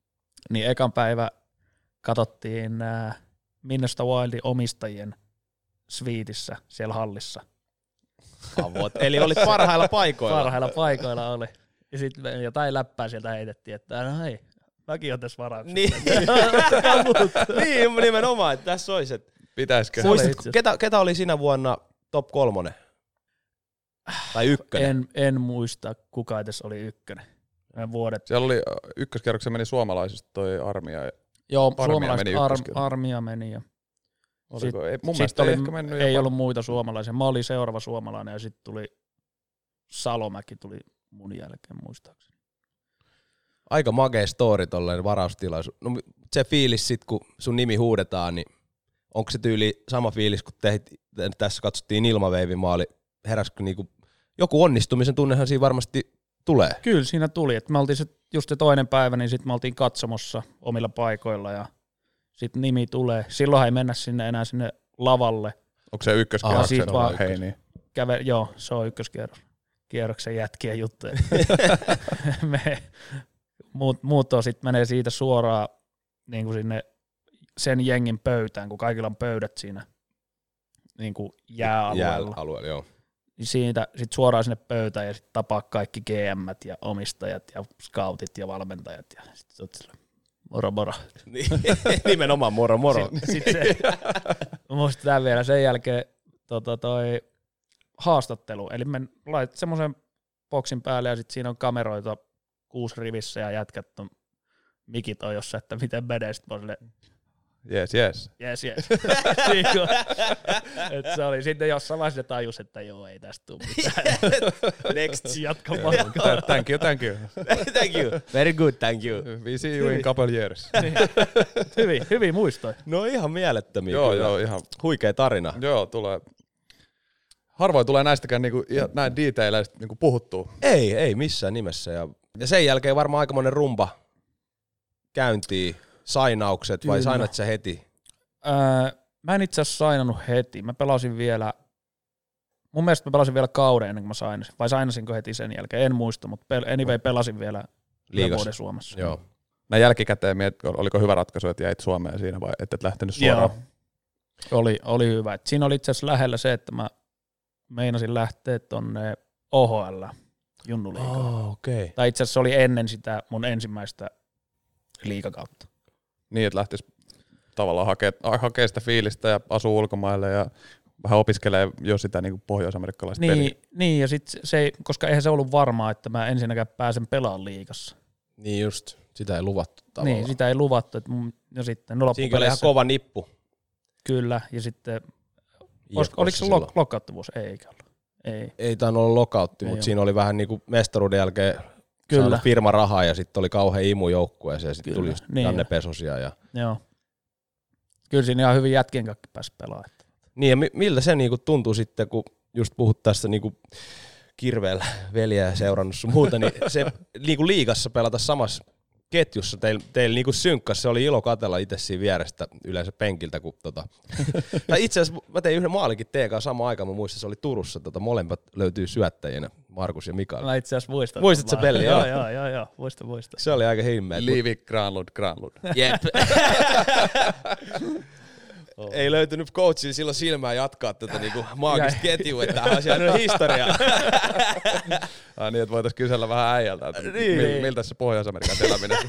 niin ekan päivä katsottiin Minnesota Wildin omistajien sviitissä siellä hallissa. Eli olit parhailla paikoilla. Parhailla paikoilla oli. Ja sitten jotain läppää sieltä heitettiin, että no hei, mäkin on tässä varauksessa. Niin, nimenomaan, että tässä olisi. Että Pitäisikö? muistatko, ketä oli sinä vuonna top 3? Tai 1? En muista, kuka edes oli 1. Vuodet. Siellä oli ykköskierroksen meni suomalaisista toi Armia. Joo, Armia suomalaiset meni ykköskierrokseen. Armia meni. Ja Oliko? Mun mielestä ei ehkä mennyt ei jopa. ollut muita suomalaisia. Mä olin seuraava suomalainen ja sitten tuli Salomäki tuli mun jälkeen muistaakseni. Aika makea story tolleen varaustilaisuus. No se fiilis sit, kun sun nimi huudetaan, niin onko se tyyli sama fiilis, kun tässä katsottiin ilmaveivimaali, heräskö niinku, joku onnistumisen tunnehan siinä varmasti tulee. Kyllä siinä tuli, että me oltiin just se toinen päivä, niin sitten me oltiin katsomossa omilla paikoilla ja sitten nimi tulee. Silloinhan ei mennä sinne enää sinne lavalle. Onko se ykköskierroksen? siitä vaan Hei niin. Joo, se on ykköskierroksen jätkien juttuja. Muut sitten menee siitä suoraan niin kuin sinne sen jengin pöytään, kun kaikilla on pöydät siinä niin kuin jääalueella. Jääalueella, joo. Siitä sit suoraan sinne pöytään ja sitten tapaa kaikki GM:t ja omistajat ja scoutit ja valmentajat ja sitten oot sillä moro. Nimenomaan moro. Sitten se, muistetaan vielä sen jälkeen toi haastattelu, eli me laitat semmoisen boksin päälle ja sitten siinä on kameroita 6 rivissä ja jätkät on mikit on jossain, että miten menee, sitten mä silleen, Yes. Että se oli sitten jossain vaiheessa tajus, että joo, ei tästä tule mitään. Next. Jatka Thank you. Thank you. Very good, thank you. We see you in couple years. Hyvin muistoi. No ihan mielettömiä. Joo, ihan. Huikea tarina. Joo, tulee. Harvoin tulee näistäkään niinku, näin detaileista niinku puhuttua. Ei missään nimessä. Ja sen jälkeen varmaan aikamoinen rumba käyntiin, sainaukset vai sainat sä heti? Mä en itse asiassa sainannut heti. Mun mielestä mä pelasin vielä kauden ennen kuin mä sainasin. Vai sainasinko heti sen jälkeen? En muista, mutta anyway pelasin vielä vuoden Suomessa. Joo. Mä jälkikäteen mietin, oliko hyvä ratkaisu, että jäit Suomeen siinä vai et lähtenyt suoraan? Joo. Oli hyvä. Et siinä oli itse asiassa lähellä se, että mä meinasin lähteä tonne OHL junnuliigaan. Okay. Tai itse asiassa oli ennen sitä mun ensimmäistä liigakautta. Niin, että lähtisi tavallaan hakee sitä fiilistä ja asuu ulkomaille ja vähän opiskelee jo sitä niin pohjois-amerikkalaista peliä. Niin, ja sitten se, koska eihän se ollut varmaa, että mä ensinnäkään pääsen pelaamaan liigassa. Niin just, sitä ei luvattu tavallaan. Niin, sitä ei luvattu. Ja sitten, no siinä oli ihan kova nippu. Kyllä, ja sitten, oliko se lockouttavuus? Eikä ollut. Ei tainnut olla lockoutti, mutta siinä oli vähän niin kuin mestaruuden jälkeen saanut firma rahaa ja sitten oli kauhean imu joukkueeseen ja sitten tuli just Janne Pesosia. Ja joo. Kyllä siinä ihan hyvin jätkien kaikki pääsi pelaamaan. Niin ja miltä se niinku tuntuu sitten, kun just puhut tässä niinku kirveellä veljeä seurannut sun muuta, niin se niinku liigassa pelata samassa ketjussa teillä niinku synkkas, se oli ilo katsella itse siinä vierestä yleensä penkiltä, kun tai itse asiassa mä tein yhden maalikin TK samaan aikaan, mä muistan, se oli Turussa, molemmat löytyy syöttäjinä, Markus ja Mikael. Mä itse asiassa muistan. Muistat se peli? Joo, muistan. Se oli aika himmeä. Liivi, Granlund. Jep. Ei löytynyt coachilla silloin silmää jatkaa tätä niinku maagista ketjua, että tämä on siellä historiaa. Niin, että voitaisiin kysellä vähän äijältä, että miltä se Pohjois-Amerikan eläminen.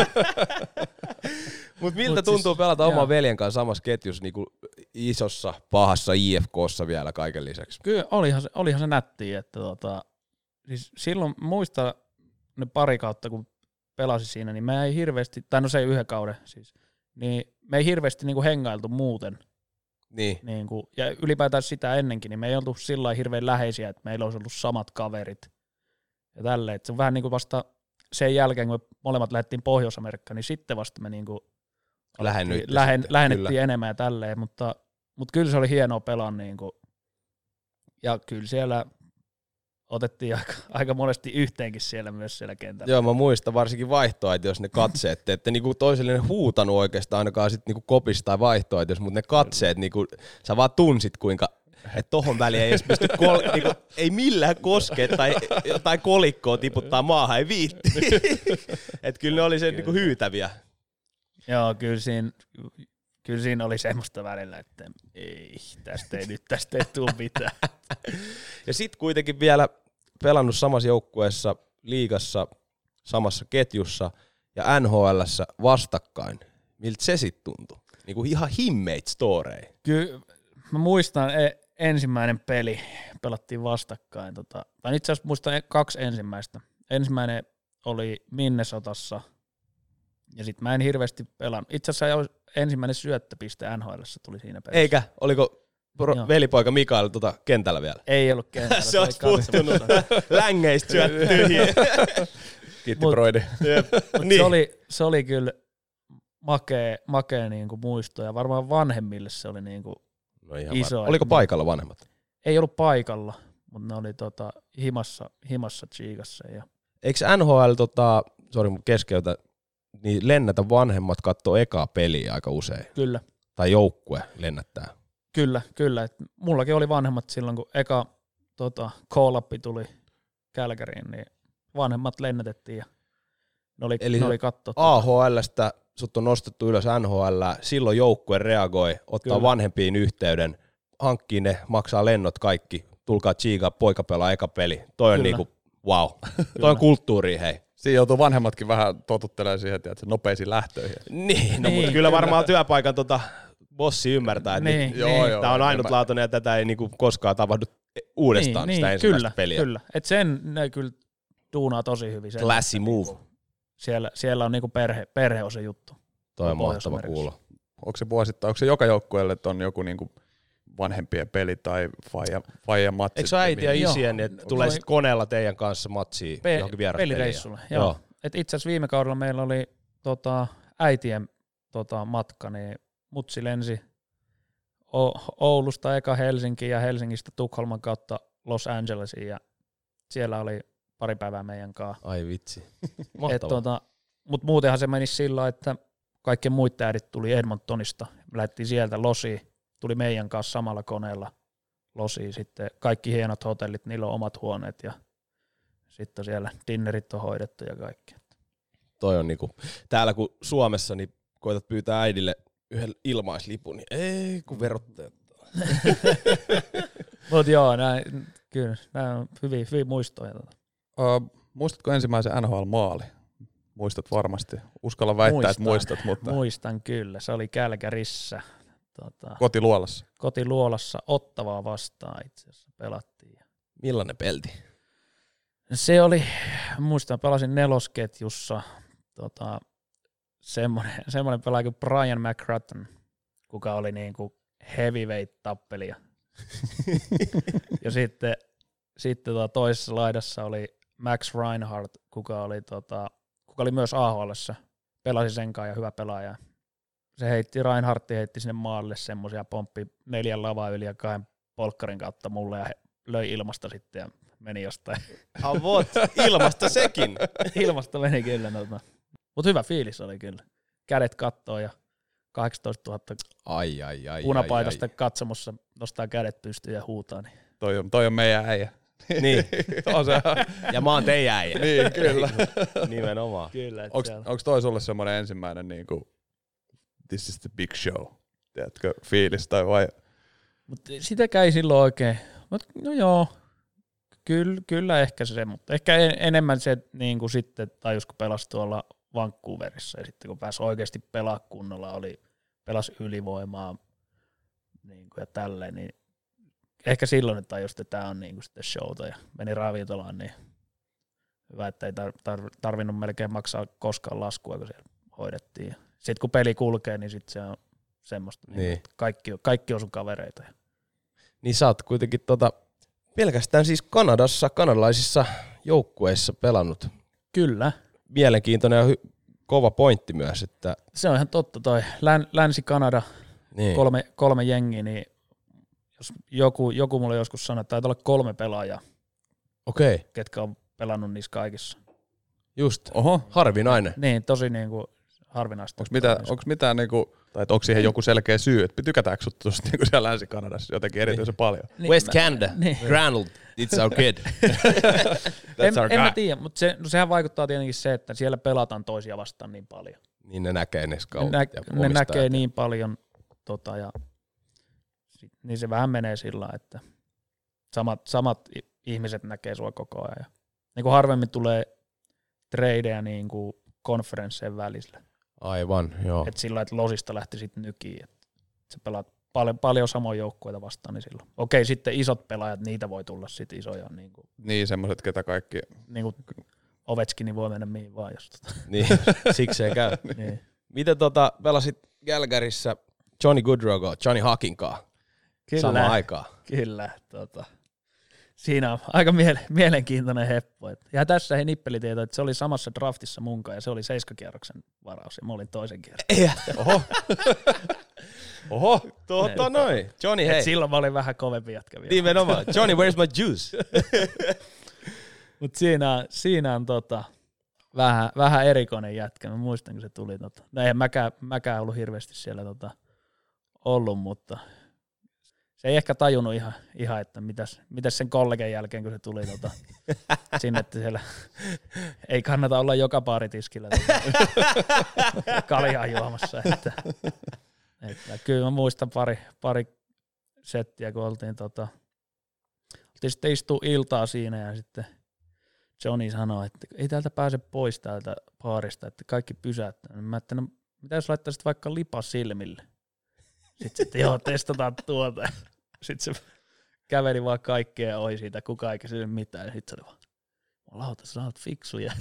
Mutta miltä tuntuu pelata oman veljen kanssa samassa ketjussa niinku isossa, pahassa IFK:ssa vielä kaiken lisäksi? Kyllä olihan se nättiä, että siis silloin muista ne pari kautta, kun pelasin siinä, niin me ei hirveästi, tai no se yhden kauden siis, niin me ei hirveästi niinku hengailtu muuten. Niinku, ja ylipäätään sitä ennenkin, niin me ei oltu sillä lailla hirveän läheisiä, että meillä olisi ollut samat kaverit ja tälleen. Et se on vähän niinku vasta sen jälkeen, kun me molemmat lähdettiin Pohjois-Amerikkaan, niin sitten vasta me niinku lähennettiin enemmän ja tälleen, mutta kyllä se oli hienoa pelaa niinku, ja kyllä siellä otettiin aika monesti yhteenkin siellä myös siellä kentällä. Joo, mä muistan varsinkin vaihtoaita, jos ne katseet, ette niinku toisellinen huutanut oikeastaan ainakaan sit niinku kopissa tai vaihtoaita, mutta ne katseet, niinku, sä vaan tunsit kuinka, että tohon väliin ei edes pysty, niinku, ei millään koskea tai jotain kolikkoa tiputtaa maahan, ei viitti. Että kyllä ne oli se niinku hyytäviä. Joo, kyllä siinä oli semmoista välillä, että ei, tästä ei tule mitään. Ja sit kuitenkin vielä pelannut samassa joukkueessa, liigassa, samassa ketjussa ja NHL:ssä vastakkain. Miltä se sit tuntui? Niinku ihan himmeitä storei. Kyllä mä muistan ensimmäinen peli, pelattiin vastakkain. Tai itse asiassa muistan 2 ensimmäistä. Ensimmäinen oli Minnesotassa ja sit mä en hirveästi pelannut. Itse asiassa ensimmäinen syöttöpiste NHL:ssä tuli siinä pelissä. Eikä? Oliko velipoika Mikael kentällä vielä? Ei ollut kentällä. Se olisi puuttunut. Längeistä syöttö tyhjiä. Kiitti Broidi. Niin. Se oli kyllä makea niinku muisto ja varmaan vanhemmille se oli niinku iso. Oliko paikalla vanhemmat? Ei ollut paikalla, mutta ne oli himassa Chiikassa. Eikö NHL, sori mun keskeytä, niin lennätä vanhemmat kattoo ekaa peliä aika usein? Kyllä. Tai joukkue lennättää? Kyllä. Et mullakin oli vanhemmat silloin, kun eka call-up tuli Calgaryin, niin vanhemmat lennätettiin ja ne oli kattoo. AHL:stä sut on nostettu ylös NHL, silloin joukkue reagoi, ottaa Kyllä. vanhempiin yhteyden, hankkii ne, maksaa lennot kaikki, tulkaa Chiiga, poika pelaa eka peli. Toi on niinku, wow. Toi on kulttuuri, hei. Siinä joutuu vanhemmatkin vähän totuttelemaan siihen, että nopeisiin lähtöihin. Niin, mutta kyllä varmaan työpaikan bossi ymmärtää, että tämä on ainutlaatuinen ja tätä ei niinku koskaan tapahdu uudestaan sitä ensimmäistä peliä. Kyllä, että sen ne kyllä duunaa tosi hyvin. Classy move. Niinku, siellä on niinku perhe on se juttu. Toi on mahtava kuulla. Onko se vuosittain, onko se joka joukkueelle, että on joku niinku vanhempien peli tai faijan matsi? Eikö se äiti ja isiä, niin että tulee sitten koneella teidän kanssa matsiin johonkin vieraspeliin? Pelireissulle, joo. Et itse asiassa viime kaudella meillä oli äitien matka, niin mutsi lensi Oulusta eka Helsinkiin ja Helsingistä Tukholman kautta Los Angelesiin ja siellä oli pari päivää meidän kanssa. Ai vitsi. Mahtavaa. Mutta muutenhan se meni sillä, että kaikkien muiden äidit tuli Edmontonista. Me lähdettiin sieltä Losiin, tuli meidän kanssa samalla koneella Losiin. Sitten kaikki hienot hotellit, niillä on omat huoneet ja sitten siellä dinnerit on hoidettu ja kaikki. Toi on niinku, täällä kun Suomessa niin koetat pyytää äidille yhden ilmaislipun, niin ei kun verottajat. Mutta joo, kyllä, nämä on hyviä muistoja. Muistatko ensimmäisen NHL-maali? Muistat varmasti. Uskalla väittää, että muistat. Mutta muistan kyllä. Se oli Calgaryssä. Kotiluolassa. Kotiluolassa Ottavaa vastaan itse asiassa pelattiin. Millainen pelti? Se oli, muistan, pelasin nelosketjussa semmoinen pelaaja kuin Brian McRatton, kuka oli niinku heavyweight-tappelija. Ja sitten toisessa laidassa oli Max Reinhardt, kuka oli myös AHL:ssä, pelasi sen kanssa ja hyvä pelaaja. Reinhardt heitti sinne maalle semmoisia pomppi 4 lavaa yli ja 2 polkkarin kautta mulle ja löi ilmasta sitten ja meni jostain. Avot, ilmasta sekin. Ilmasta meni kyllä. Mutta hyvä fiilis oli kyllä. Kädet kattoo ja 18 000 punapaidasta katsomossa nostaa kädet pystyyn ja huutaa. Niin. Toi on meidän äijä. Niin. Ja mä oon teidän äijä. Niin, kyllä. Nimenomaan. Onko toi sulle semmoinen ensimmäinen niinku, this is the big show, tiedätkö, fiilis tai vai? Mut sitäkään ei silloin oikein. No joo, kyllä ehkä se, mutta ehkä enemmän se niinku sitten tajus, kun pelasi tuolla Vancouverissa ja sitten kun pääsi oikeasti pelaa kunnolla, pelasi ylivoimaa niinku ja tälleen, niin ehkä silloin, että tajus, että tämä on niinku sitten showta ja meni ravintolaan, niin hyvä, että ei tarvinnut melkein maksaa koskaan laskua, kun siellä hoidettiin. Sitten kun peli kulkee, niin sitten se on semmoista, niin. Että kaikki on sun kavereita. Niin sä oot kuitenkin pelkästään siis kanadalaisissa joukkueissa pelannut. Kyllä. Mielenkiintoinen ja kova pointti myös. Että se on ihan totta toi. Länsi-Kanada, niin. kolme jengiä, niin jos joku mulle joskus sanoi, että taitaa olla 3 pelaajaa, ketkä on pelannut niissä kaikissa. Just, harvinainen. Niin, tosi niinku harvinaista. Onko mitään niinku, tai onko siihen joku selkeä syy, että tykätäänkö sut tuosta niinku siellä Länsi-Kanadassa jotenkin erityisen paljon? Niin, West Canada, Granald, it's our kid. En mä tiedä, mutta sehän vaikuttaa tietenkin se, että siellä pelataan toisia vastaan niin paljon. Niin ne näkee ne scoutit ja ne näkee omistajat. niin paljon, ja niin se vähän menee sillä, että samat ihmiset näkee sua koko ajan. Niin kuin harvemmin tulee tradeja niin kuin konferenssien välisillä. Aivan, joo. Et sillä, että losista lähti sitten nykiin. Et sä pelaat paljon samoja joukkueita vastaan, niin silloin. Okei, sitten isot pelaajat, niitä voi tulla sitten isoja. Niin, semmoiset, ketä kaikki... Niin kuin Ovechkin voi mennä mihin vaan. Jos Niin, siksi ei käy. niin. Miten pelasit Calgaryssä Johnny Gaudreau'ko, Johnny Hawkinkaan samaan aikaan? Kyllä. Siinä on aika mielenkiintoinen heppo. Ja tässä he nippelitieto, että se oli samassa draftissa munkaan ja se oli 7-kierroksen varaus ja mä olin toisen kierroksen. Oho, noin. Johnny, hei. Silloin mä olin vähän kovempi jätkä vielä. Nimenomaan. Johnny, where's my juice? Mutta siinä on vähän erikoinen jätkä. Mä muistan, kun se tuli. No eihän mäkään ollut hirveästi siellä ollut, mutta se ei ehkä tajunnut ihan että mitäs sen kollegen jälkeen, kun se tuli sinne, että siellä ei kannata olla joka baaritiskillä kaljaa juomassa. Että kyllä mä muistan pari settiä, kun oltiin sitten istua iltaa siinä ja sitten Johnny sanoi, että ei täältä pääse pois täältä baarista, että kaikki pysäyttää. Mä että no, mitä jos laittaisit vaikka lipa silmille? Sitten joo, testataan tuota. Sitten se käveli vaan kaikkea ohi siitä, kukaan ei kysynyt mitään. Ja sitten se oli vaan, lauta, sä oot fiksuja.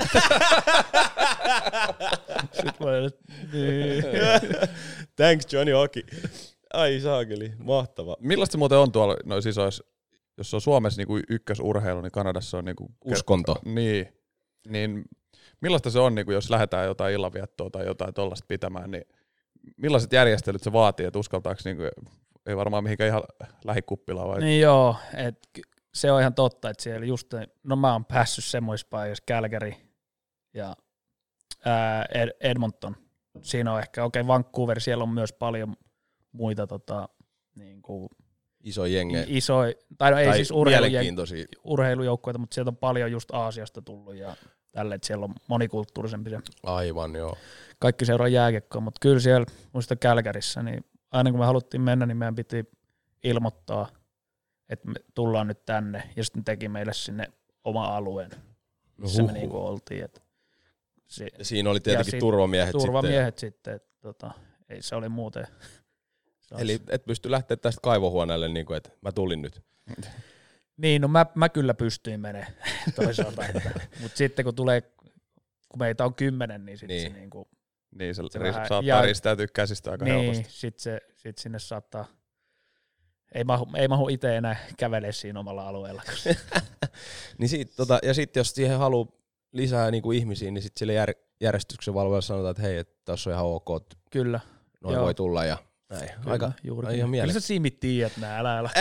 Sitten mä olin, niin. Thanks Johnny Hockey. Ai saakeli, mahtava. Millaista muuten on tuolla noissa isoissa, jos on Suomessa niinku ykkösurheilu, niin Kanadassa on niinku uskonto. Niin millaista se on, niinku, jos lähdetään jotain illanviettoa tai jotain tollaista pitämään, niin millaiset järjestelyt se vaatii, että uskaltaako, niinku, ei varmaan mihinkään ihan lähikuppilaan vai? Niin joo, se on ihan totta, että siellä just, no mä oon päässyt semmoisissa paikoissa, Calgary ja Edmonton. Siinä on ehkä, Vancouver, siellä on myös paljon muita niinku iso jenge. Tai no ei siis urheilujoukkoja, mutta sieltä on paljon just Aasiasta tullut ja tälle, että siellä on monikulttuurisempi se. Aivan, joo. Kaikki seuraa jääkiekkoa, mutta kyllä siellä muista Calgaryssä, niin aina kun me haluttiin mennä, niin meidän piti ilmoittaa, että me tullaan nyt tänne, ja sitten teki meille sinne oma alueen, missä me niinku oltiin. Ja siinä oli tietenkin turvamiehet sitten. Että ei se oli muuten. Eli et pysty lähteä tästä kaivohuoneelle, niin kuin, että mä tulin nyt. Niin, no mä kyllä pystyin menemään toisaalta. Mutta sitten kun meitä on 10, niin sitten se niinku... Niin, se saattaa ristäytyä käsistä aika helposti. Niin, sit sinne saattaa... Ei mahu itse enää kävelee siinä omalla alueella. Niin ja sitten jos siihen haluaa lisää niinku ihmisiä, niin sitten sille järjestyksen valvojalle sanotaan, että hei, että tässä on ihan ok, kyllä. Noin voi tulla ja näin. Aika ihan kyllä sä Siimit tiedät nää, älä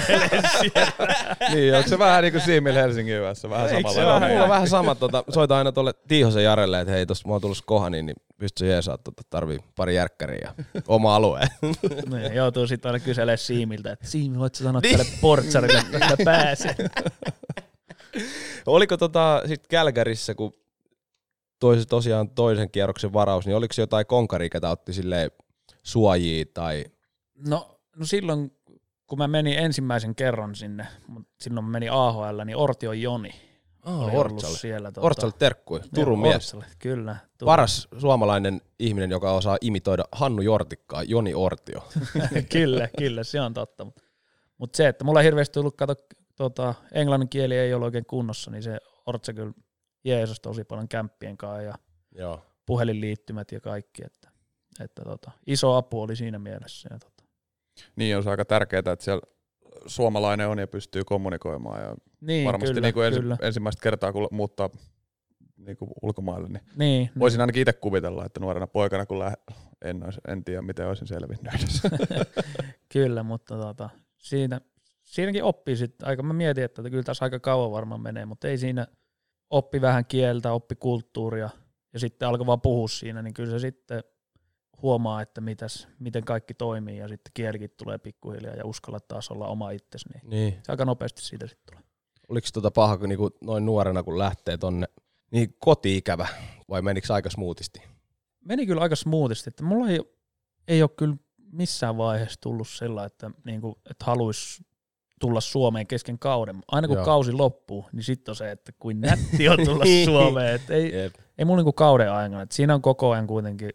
Niin, onko se vähän niin kuin Siimil Helsingin yössä? Vähän samalla. Mulla on vähän sama. Soita aina tuolle Tiihosen Jarelle, että hei, tuossa mä oon tullut Kohaniin, niin pystyy jeesaa, tarvii pari järkkäriä ja oma alue. Niin, joutuu sitten aina kyselemään Siimiltä, että Siimi, voit sä sanoa tälle portsarille, että mä pääsen. Oliko sitten Calgaryssä, kun tosiaan toisen kierroksen varaus, niin oliko se jotain konkaria, ketä otti silleen suojia tai... No silloin, kun mä menin ensimmäisen kerran sinne, silloin mä menin AHL, niin Ortio Joni oli ollut siellä. Ortsalle terkkui, Turun mies. Ortsalle, kyllä. Paras suomalainen ihminen, joka osaa imitoida Hannu Jortikkaa, Joni Ortio. kyllä, se on totta. Mutta se, että mulla ei hirveästi tullut, englannin kieli ei ole oikein kunnossa, niin se Ortsa kyllä jeesasi tosi paljon kämppien kanssa ja joo. Puhelinliittymät ja kaikki, että iso apu oli siinä mielessä. Ja Niin on se aika tärkeää, että siellä suomalainen on ja pystyy kommunikoimaan. Ja niin, varmasti kyllä, niin ensimmäistä kertaa, kun muuttaa niin ulkomaille, niin voisin ainakin itse kuvitella, että nuorena poikana, kun en tiedä, miten olisin selvinnyt. Kyllä, mutta siinäkin oppii sitten. Mä mietin, että kyllä tässä aika kauan varmaan menee, mutta ei siinä oppi vähän kieltä, oppi kulttuuria ja sitten alkoi vaan puhua siinä, niin kyllä se sitten huomaa, että miten kaikki toimii ja sitten kielikin tulee pikkuhiljaa ja uskalla taas olla oma itsesi, niin se aika nopeasti siitä sitten tulee. Oliko paha, kun niinku noin nuorena kun lähtee tonne, niin koti-ikävä vai menikö aika smoothisti? meni kyllä aika smoothisti, että mulla ei ole kyllä missään vaiheessa tullut sellainen, että, niinku, että haluaisi tulla Suomeen kesken kauden. Aina kun kausi loppuu, niin sitten on se, että kuin nätti on tulla Suomeen. Että ei mulla niinku kauden aikana. Että siinä on koko ajan kuitenkin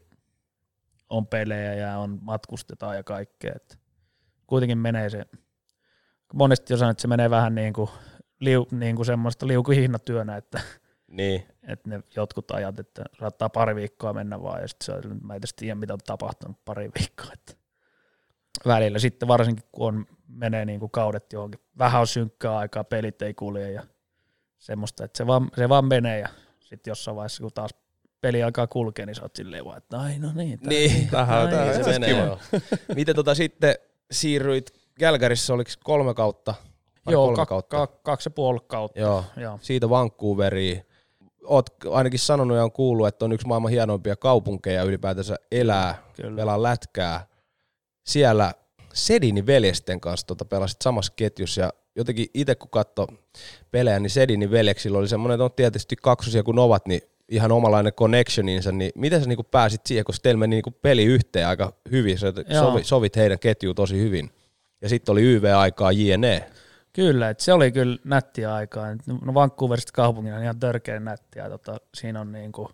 on pelejä ja on matkustetaan ja kaikkea. Että kuitenkin menee se, monesti jo sanon, että se menee vähän niinku semmoista liukuhihnatyönä, että että ne jotkut ajat, että saattaa pari viikkoa mennä vaan, ja sitten mä en tiedä, mitä on tapahtunut pari viikkoa. Että välillä sitten varsinkin, kun menee niin kuin kaudet johonkin, vähän on synkkää aikaa, pelit ei kulje ja semmoista, että se vaan menee, ja sitten jossain vaiheessa, kun taas peli alkaa kulkea, niin sä oot silleen vaan, että ai no niin. Tähän se menee. Miten sitten siirryit Calgaryssa, oliko 3 kautta? Joo, 2,5 kautta. Joo. Siitä Vancouveriin. Oot ainakin sanonut ja on kuullut, että on yksi maailman hienoimpia kaupunkeja ylipäätänsä elää, pelaa lätkää. Siellä Sedinin veljesten kanssa pelasit samassa ketjussa ja jotenkin itse kun katsoi pelejä, niin Sedinin veljeksillä oli semmoinen, että on tietysti kaksosia kun ovat, niin ihan omalainen connectioninsa, niin miten sä niinku pääsit siihen, koska teillä meni niinku peli yhteen aika hyvin, sä sovit heidän ketjuun tosi hyvin. Ja sitten oli YV-aikaa JNE. Kyllä, että se oli kyllä nättiä aikaa. No Vancouverista kaupungina on ihan törkeä nättiä. Siinä on niinku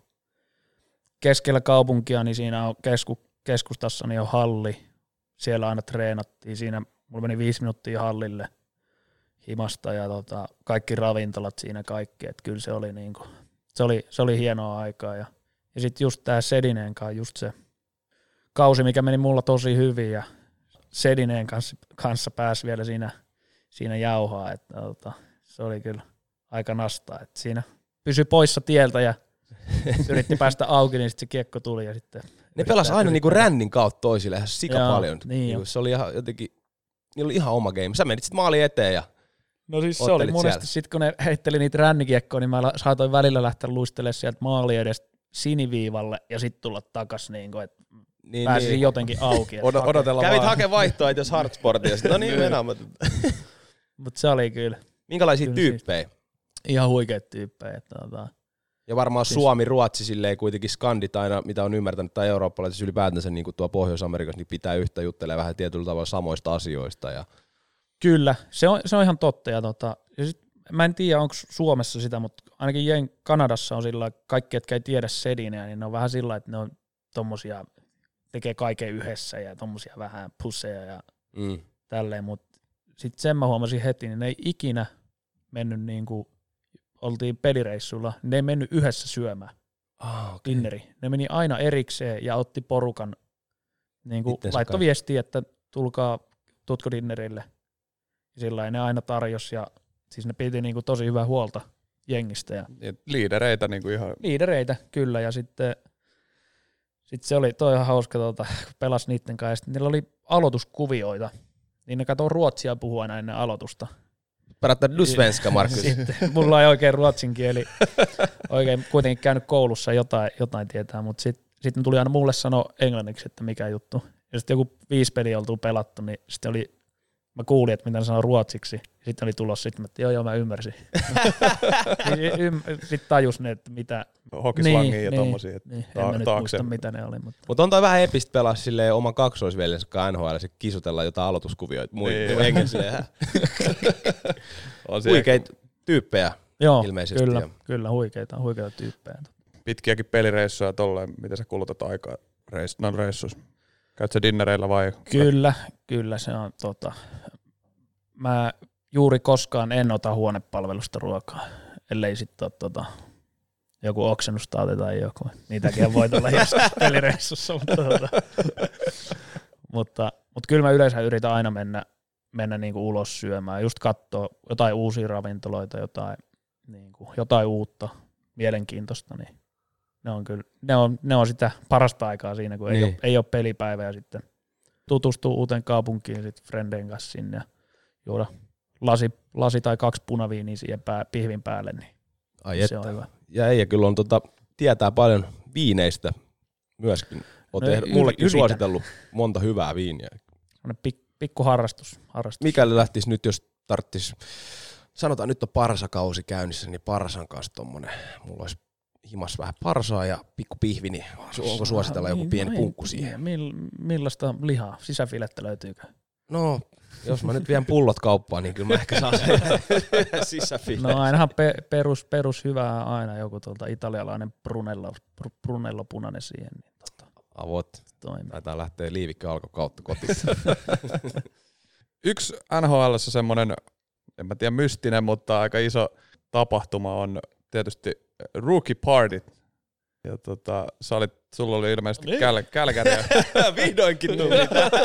keskellä kaupunkia, niin siinä on keskustassa niin on halli. Siellä aina treenattiin. Siinä mulla meni 5 minuuttia hallille himasta ja kaikki ravintolat siinä kaikki. Että kyllä se oli niinku, se oli hienoa aikaa. Ja sitten just tää Sedineen kanssa, just se kausi, mikä meni mulla tosi hyvin ja Sedineen kanssa pääsi vielä siinä jauhaa, että se oli kyllä aika nastaa, että siinä pysyi poissa tieltä ja yritti päästä auki, niin sitten se kiekko tuli ja sitten... Ne pelasi aina niinku rännin kautta toisille ihan sika paljon. Niin se oli ihan jotenkin, niillä oli ihan oma game. Sä menit sitten maaliin eteen ja no siis se oli monesti sitten, kun ne heitteli niitä rännikiekkoja, niin mä saatoin välillä lähteä luistelemaan sieltä maali edestä siniviivalle ja sitten tulla takas, niin kuin, että pääsisin jotenkin auki. Odotella kävit hakemaan vaihtoa, jos Hardsportia, no niin mennään. Mutta se oli kyllä. Minkälaisia kyllä tyyppejä? Ihan huikeita tyyppejä. Ja varmaan siis Suomi, Ruotsi silleen kuitenkin skandit aina, mitä on ymmärtänyt, tai eurooppalaisissa ylipäätänsä niin kuin tuo Pohjois-Amerikassa, niin pitää yhtä juttelemaan vähän tietyllä tavalla samoista asioista. Ja kyllä, se on ihan totta. Ja sit, mä en tiedä, onko Suomessa sitä, mutta ainakin Kanadassa on sillä kaikki, jotka ei tiedä Sedineä, niin ne on vähän sillä, että ne on tommosia, tekee kaiken yhdessä ja tommosia vähän pusseja ja tälleen, mutta sitten sen mä huomasin heti, niin ne ei ikinä mennyt niin kuin oltiin pelireissulla, ne ei mennyt yhdessä syömään dinneri. Ne meni aina erikseen ja otti porukan, niin kuin laittoi viestiä, että tuutko dinnerille. Sillä ne aina tarjosi ja siis ne piti niin kuin tosi hyvää huolta jengistä. Ja liidereitä niin kuin ihan. Liidereitä, kyllä. Ja sitten se oli toi ihan hauska, kun pelasi niiden kanssa. Ja sitten niillä oli aloituskuvioita. Niin ne katsoo ruotsia puhua aina ennen aloitusta. Pratar du svenska, Markus? Mulla ei oikein ruotsin kieli. Oikein kuitenkin käynyt koulussa jotain tietää, mutta sitten tuli aina mulle sanoa englanniksi, että mikä juttu. Ja sitten joku 5 peliä oltu pelattu, niin sitten mä kuulin, että mitä ne sanoo ruotsiksi. Sitten oli tulossa, että joo, mä ymmärsin. Sitten tajus ne, että mitä. Hokislangia ja tommosia. Niin. En mä nyt muista, mitä ne oli. Mutta on toi vähän epistä pelaa silleen oman kaksoisveljensä NHL ja kisutella jotain aloituskuvioita. Huikeita tyyppejä ilmeisesti. Kyllä huikeita tyyppejä. Pitkiäkin pelireissuja tolleen, miten sä kulutat aikaa reissuissa? Käyt sä dinnereillä vai? Kyllä se on mä juuri koskaan en ota huonepalvelusta ruokaa, ellei sitten ole joku oksennustauti tai joku. Niitäkin voi olla joskus pelireissussa, mutta kyllä mä yleensä yritän aina mennä niinku ulos syömään, just katsoa jotain uusia ravintoloita, jotain uutta, mielenkiintoista, niin ne on sitä parasta aikaa siinä, kun ei ole pelipäivä ja sitten tutustuu uuteen kaupunkiin sitten friendien kanssa sinne ja juoda lasi tai 2 punaviiniä siihen pihvin päälle, niin se on hyvä. Ja Eija kyllä on tietää paljon viineistä myöskin. Olet mullekin suositellut monta hyvää viiniä. Pikku harrastus. Mikäli lähtisi nyt, jos tarvitsisi, sanotaan nyt on Parsakausi käynnissä, niin Parsan kanssa tommonen, mulla olisi himas vähän parsaa ja pikku pihvi, niin onko suositella joku pieni punkku siihen? Millaista lihaa? Sisäfilettä löytyykö? No, jos mä nyt vien pullot kauppaan, niin kyllä mä ehkä saan sen sisäfilet. No ainahan perus hyvää aina joku italialainen Brunello punainen siihen. Niin Avot. Taitaa lähteä liivikkä alkokautta kotissa. Yksi NHL:ssä semmoinen, en mä tiedä mystinen, mutta aika iso tapahtuma on tietysti Rookie Party. Ja sulla oli ilmeisesti Kälkäriä. Vihdoinkin tuli.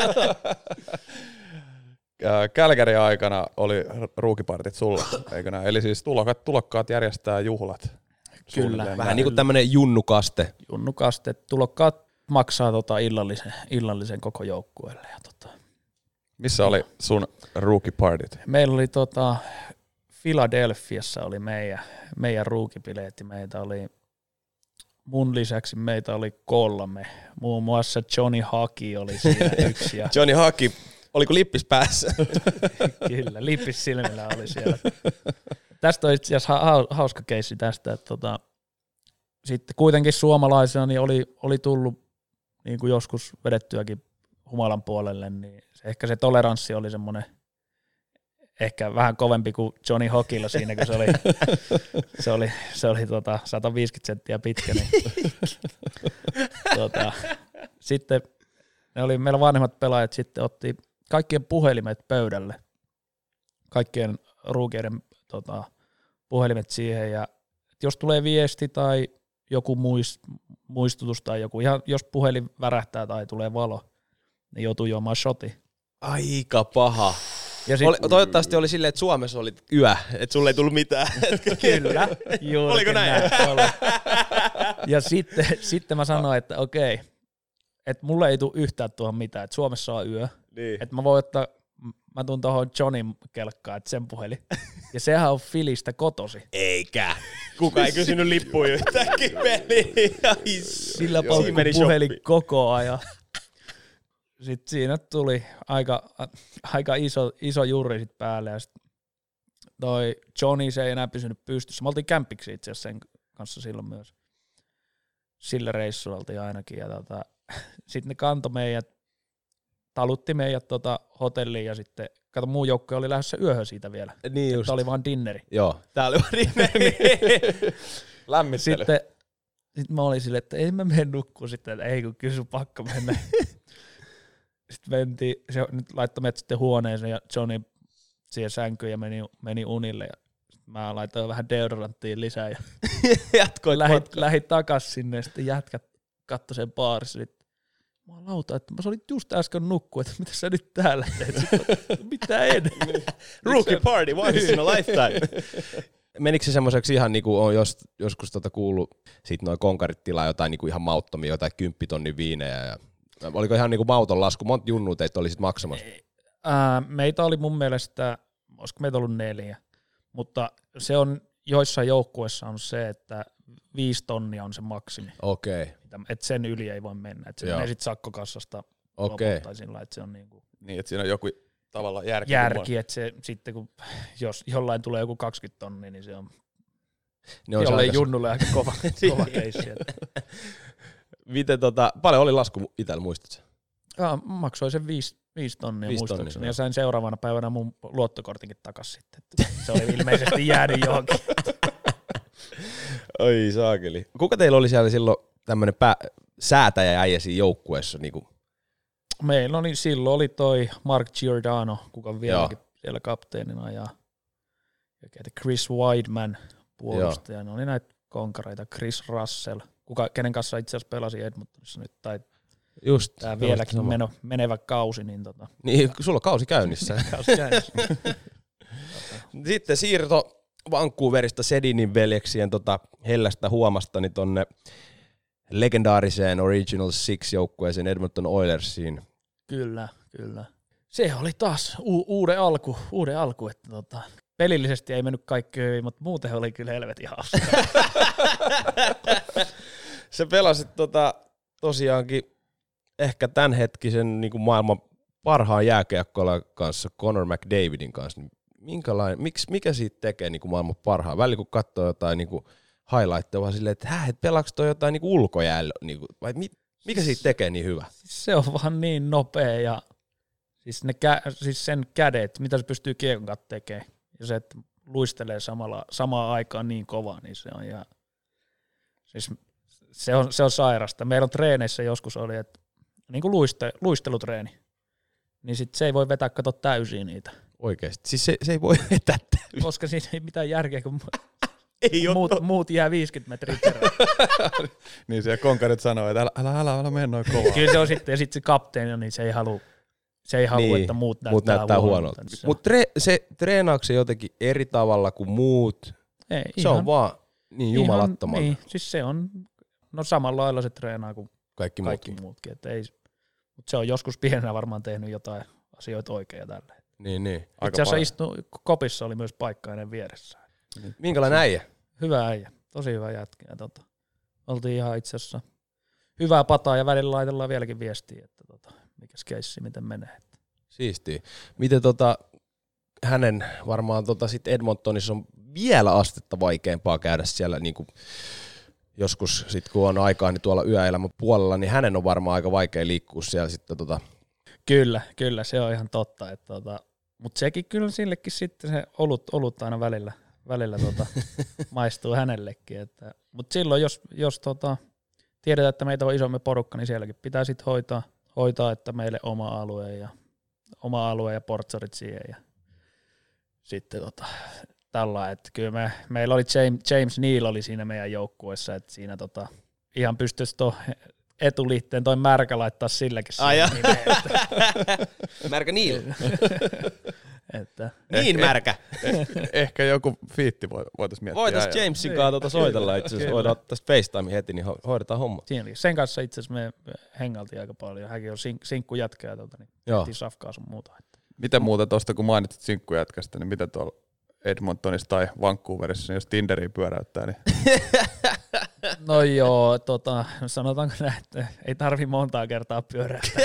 Kälkärin aikana oli Rookie Partyt sulla, eikö näin? Eli siis tulokkaat järjestää juhlat. Kyllä. Vähän niin kuin tämmönen junnukaste. Junnukaste. Tulokkaat maksaa illallisen koko joukkueelle. Ja missä oli sun Rookie Partyt? Meillä oli Philadelphiassa oli meidän rookie-bileet. Meitä oli mun lisäksi meitä oli 3. Muun muassa Johnny Hockey oli siinä yksi. Ja Johnny Hockey, oliko lippis päässä? Kyllä, lippis silmillä oli siellä. Tästä on itse asiassa hauska keissi tästä, että sitten kuitenkin suomalaisena niin oli tullut niin kuin joskus vedettyäkin humalan puolelle, niin ehkä se toleranssi oli semmoinen ehkä vähän kovempi kuin Johnny Hockeylla siinä, kun se oli 150 senttiä pitkä. Niin, sitten ne oli meillä vanhemmat pelaajat sitten otti kaikkien puhelimet pöydälle, kaikkien ruukeiden puhelimet siihen, ja jos tulee viesti tai joku muistutus tai joku, ihan jos puhelin värähtää tai tulee valo, niin joutuu juomaan shoti. Aika paha. Ja toivottavasti oli silleen, että Suomessa oli yö, että sulle ei tullut mitään. Kyllä. Oliko näin? Ja sitten mä sanoin, että okei, että mulle ei tule yhtään tuohon mitään, että Suomessa on yö. Niin. Että mä tuun tuohon Johnin kelkkaan, että sen puhelin. Ja sehän on Filistä kotosi. Eikä. Kuka ei kysynyt lippuja yhtäänkin peliin. Sillä paukku puhelin koko ajan. Sitten siinä tuli aika iso jurri sit päälle, ja toi Johnny, se ei enää pysynyt pystyssä. Me oltiin kämpiksi itse asiassa sen kanssa silloin myös. Sillä reissulla oltiin ainakin, ja sitten ne kantoi meidät, talutti meidät hotelliin, ja sitten kato, muu joukkue oli lähdössä yöhön siitä vielä. Niin just. Tämä oli vaan dinneri. Joo, tää oli vaan dinneri. Lämmittely. Sitten mä olin silleen, että ei mä mene nukkuun sitten, että ei kun kyllä sun pakko mennä. Sitten mentiin, se nyt laittoi meidät sitten huoneeseen ja Johnny siihen sänkyyn ja meni unille. Ja mä laitoin vähän deodoranttia lisää ja lähdin takas sinne ja sitten jätkät katsoi sen baarissa. Jumalauta, että mä olin just äsken nukkua, että mitä sä nyt täällä teet? Mitä en? Rookie party, once in a lifetime. Menikö se semmoiseksi ihan niinku on joskus kuullut, sit noin konkarit tilaa jotain niinku ihan mauttomia, jotain 10 tonnin viinejä ja oliko ihan niinku mauton lasku? Monta junnua teitä oli sit maksamassa? Meitä oli mun mielestä, olisiko meitä ollut 4, mutta se on joissain joukkueissa on se, että 5 tonnia on se maksimi. Okei. Että sen yli ei voi mennä. Että se menee sitten sakkokassasta lopulta sillä, että se on niinku niin, että siinä on joku tavallaan järki, että se sitten jos jollain tulee joku 20 tonnia, niin se on jollain junnulle aika kova keissi. Miten paljon oli lasku itsellä, muistatko? Maksoin sen 5 tonnia muistaakseni ja sain seuraavana päivänä mun luottokortinkin takas sitten. Se oli ilmeisesti jäänyt johonkin. Oi saakeli. Kuka teillä oli siellä silloin tämmönen säätäjä äijä siinä joukkueessa? Niinku? Meillä oli silloin toi Mark Giordano, kuka on vieläkin siellä kapteenina, ja Chris Wideman puolustaja. Ne oli näitä konkareita, Chris Russell, kenen kanssa itse asiassa pelasi Edmontonissa nyt, tai just, tämä vieläkin menevä kausi. Niin, sulla on kausi käynnissä. Sitten siirto Vancouverista Sedinin veljeksien hellästä huomastani tonne legendaariseen Original Six-joukkueeseen Edmonton Oilersiin. Kyllä. Se oli taas uuden alku, että pelillisesti ei mennyt kaikki hyvin, mutta muuten oli kyllä helvetin hauskaa. Se pelasit tosiaankin ehkä tämänhetkisen niin kuin maailman parhaan jääkiekkoilan kanssa, Connor McDavidin kanssa. Mikä siitä tekee niin kuin maailman parhaan? Välillä kun katsoo jotain niin kuin highlightteja, vaan silleen, että pelaako toi jotain niinku ulkojäällä, niinku, vai mikä siitä tekee niin hyvä? Se on vaan niin nopea ja siis sen kädet, mitä se pystyy kiekon kanssa tekemään. Ja se, että luistelee samaan aikaan niin kovaa, niin se on ihan, siis se on sairasta. Meillä on treeneissä joskus oli, että niin kuin luistelutreeni, niin sit se ei voi vetää kato täysiä niitä. Oikeesti, siis se ei voi vetää täysin. Koska siinä ei mitään järkeä, kun Ei muut jää 50 metriä perään. Niin siellä konkarit sanoo, että älä mene noin kovaa. Kyllä se on sitten, ja sitten se kapteeni, niin se ei halua, niin, että muut näyttää huonolta. Mutta se treenaako se jotenkin eri tavalla kuin muut? Ei, se on vaan niin jumalattomalla. Niin, siis se on, no samalla lailla se treenaa kuin kaikki muutkin. Mutta se on joskus pienenä varmaan tehnyt jotain asioita oikein ja tälleen. Niin. Itse asiassa kopissa oli myös paikkainen vieressä. Minkälainen äijä? Hyvä äijä, tosi hyvä jätkä. Oltiin ihan itse asiassa hyvää pataa ja välillä laitellaan vieläkin viestiä, että mikäs keissi, miten menee. Siistiä. Miten hänen varmaan sit Edmontonissa on vielä astetta vaikeampaa käydä siellä niinku joskus sit kun on aikaa niin tuolla yöelämän puolella, niin hänen on varmaan aika vaikea liikkua siellä sitten Kyllä, se on ihan totta. Mutta sekin kyllä sillekin sitten se olut aina välillä maistuu hänellekin. Mutta silloin, jos tiedetään, että meitä on isompi porukka, niin sielläkin pitää sitten hoitaa, että meille oma alue ja portsarit siihen. Ja sitten tällä, että kyllä meillä oli James Neal oli siinä meidän joukkueessa, että siinä ihan pystyisi etuliitteen toi märkä laittaa silläkin nimeen. Märkä Neal. Niin märkä. Ehkä joku fiitti voitaisiin miettiä. Voitaisiin Jamesin kanssa soitella itse asiassa. Voidaan ottaa FaceTime heti, niin hoidetaan homma. Sen kanssa itse asiassa me hengaltiin aika paljon. Hänkin on sinkkujätkää, niin tehtiin safkaa sun muuta. Miten muuten tuosta, kun mainitsit sinkkujätkästä, niin miten tuolla Edmontonissa tai Vancouverissa, niin jos Tinderiin pyöräyttää, niin... No joo, sanotaanko näin, että ei tarvi montaa kertaa pyöräyttää.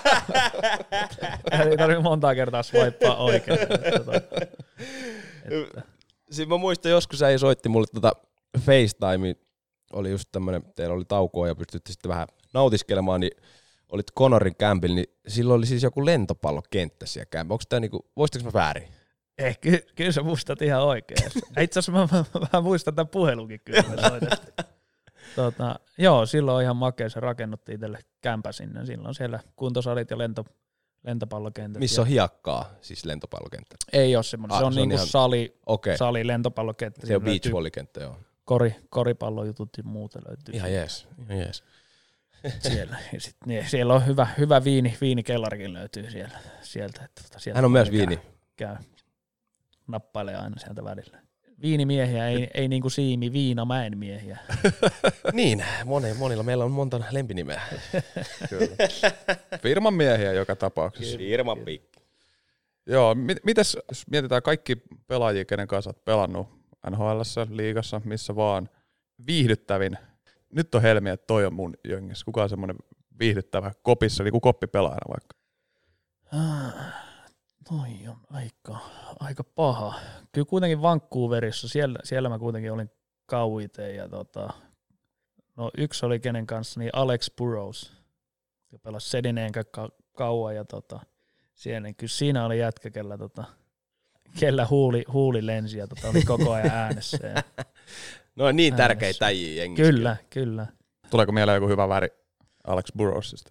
Ei tarvi montaa kertaa swipea oikein. Siis mä muistan, joskus äijä soitti mulle FaceTime, oli just tämmönen, teillä oli taukoa ja pystytte sitten vähän nautiskelemaan, niin olit Conorin kämpillä, niin silloin oli siis joku lentopallokenttä siellä kämpillä. Onko tää niinku, voisitko mä väärin? Kyllä sä muistat ihan oikein. Itse asiassa mä muistan tämän puhelunkin kyllä. Joo, silloin on ihan makea, se rakennuttiin itselle kämpä sinne. Silloin siellä kuntosalit ja lentopallokentät. Missä on hiekkaa, siis lentopallokenttä? Ei ole semmoinen, se on niinku ihan... sali lentopallokenttä. Se on beachvolleykenttä, joo. Koripallojutut ja muuta löytyy. Ihan jees. Siellä on hyvä viinikellarikin löytyy sieltä. Hän on myös viini. Käy. Nappailee aina sieltä välillä. Viinimiehiä, ei niinku Siimi, Viinamäen miehiä. Niin, monilla meillä on monta lempinimeä. Kyllä. Firman miehiä joka tapauksessa. Firman pikki. Joo, mites jos mietitään kaikki pelaajia, kenen kanssa olet pelannut NHL:ssä, liigassa, missä vaan, viihdyttävin. Nyt on helmi, että toi on mun jengissä. Kuka on semmoinen viihdyttävä kopissa, niin kuin koppipelaajana vaikka? Toi on aika paha. Kyllä kuitenkin Vancouverissa, siellä mä kuitenkin olin kauiten. Ja yksi oli kenen kanssa, niin Alex Burrows, joka pelasi Sedineen kauan. Ja siellä, kyllä siinä oli jätkä, kellä huuli lensi ja oli koko ajan äänessä. No niin tärkeitä äijiä jengissä. Kyllä. Tuleeko mieleen joku hyvä väri Alex Burrowsista?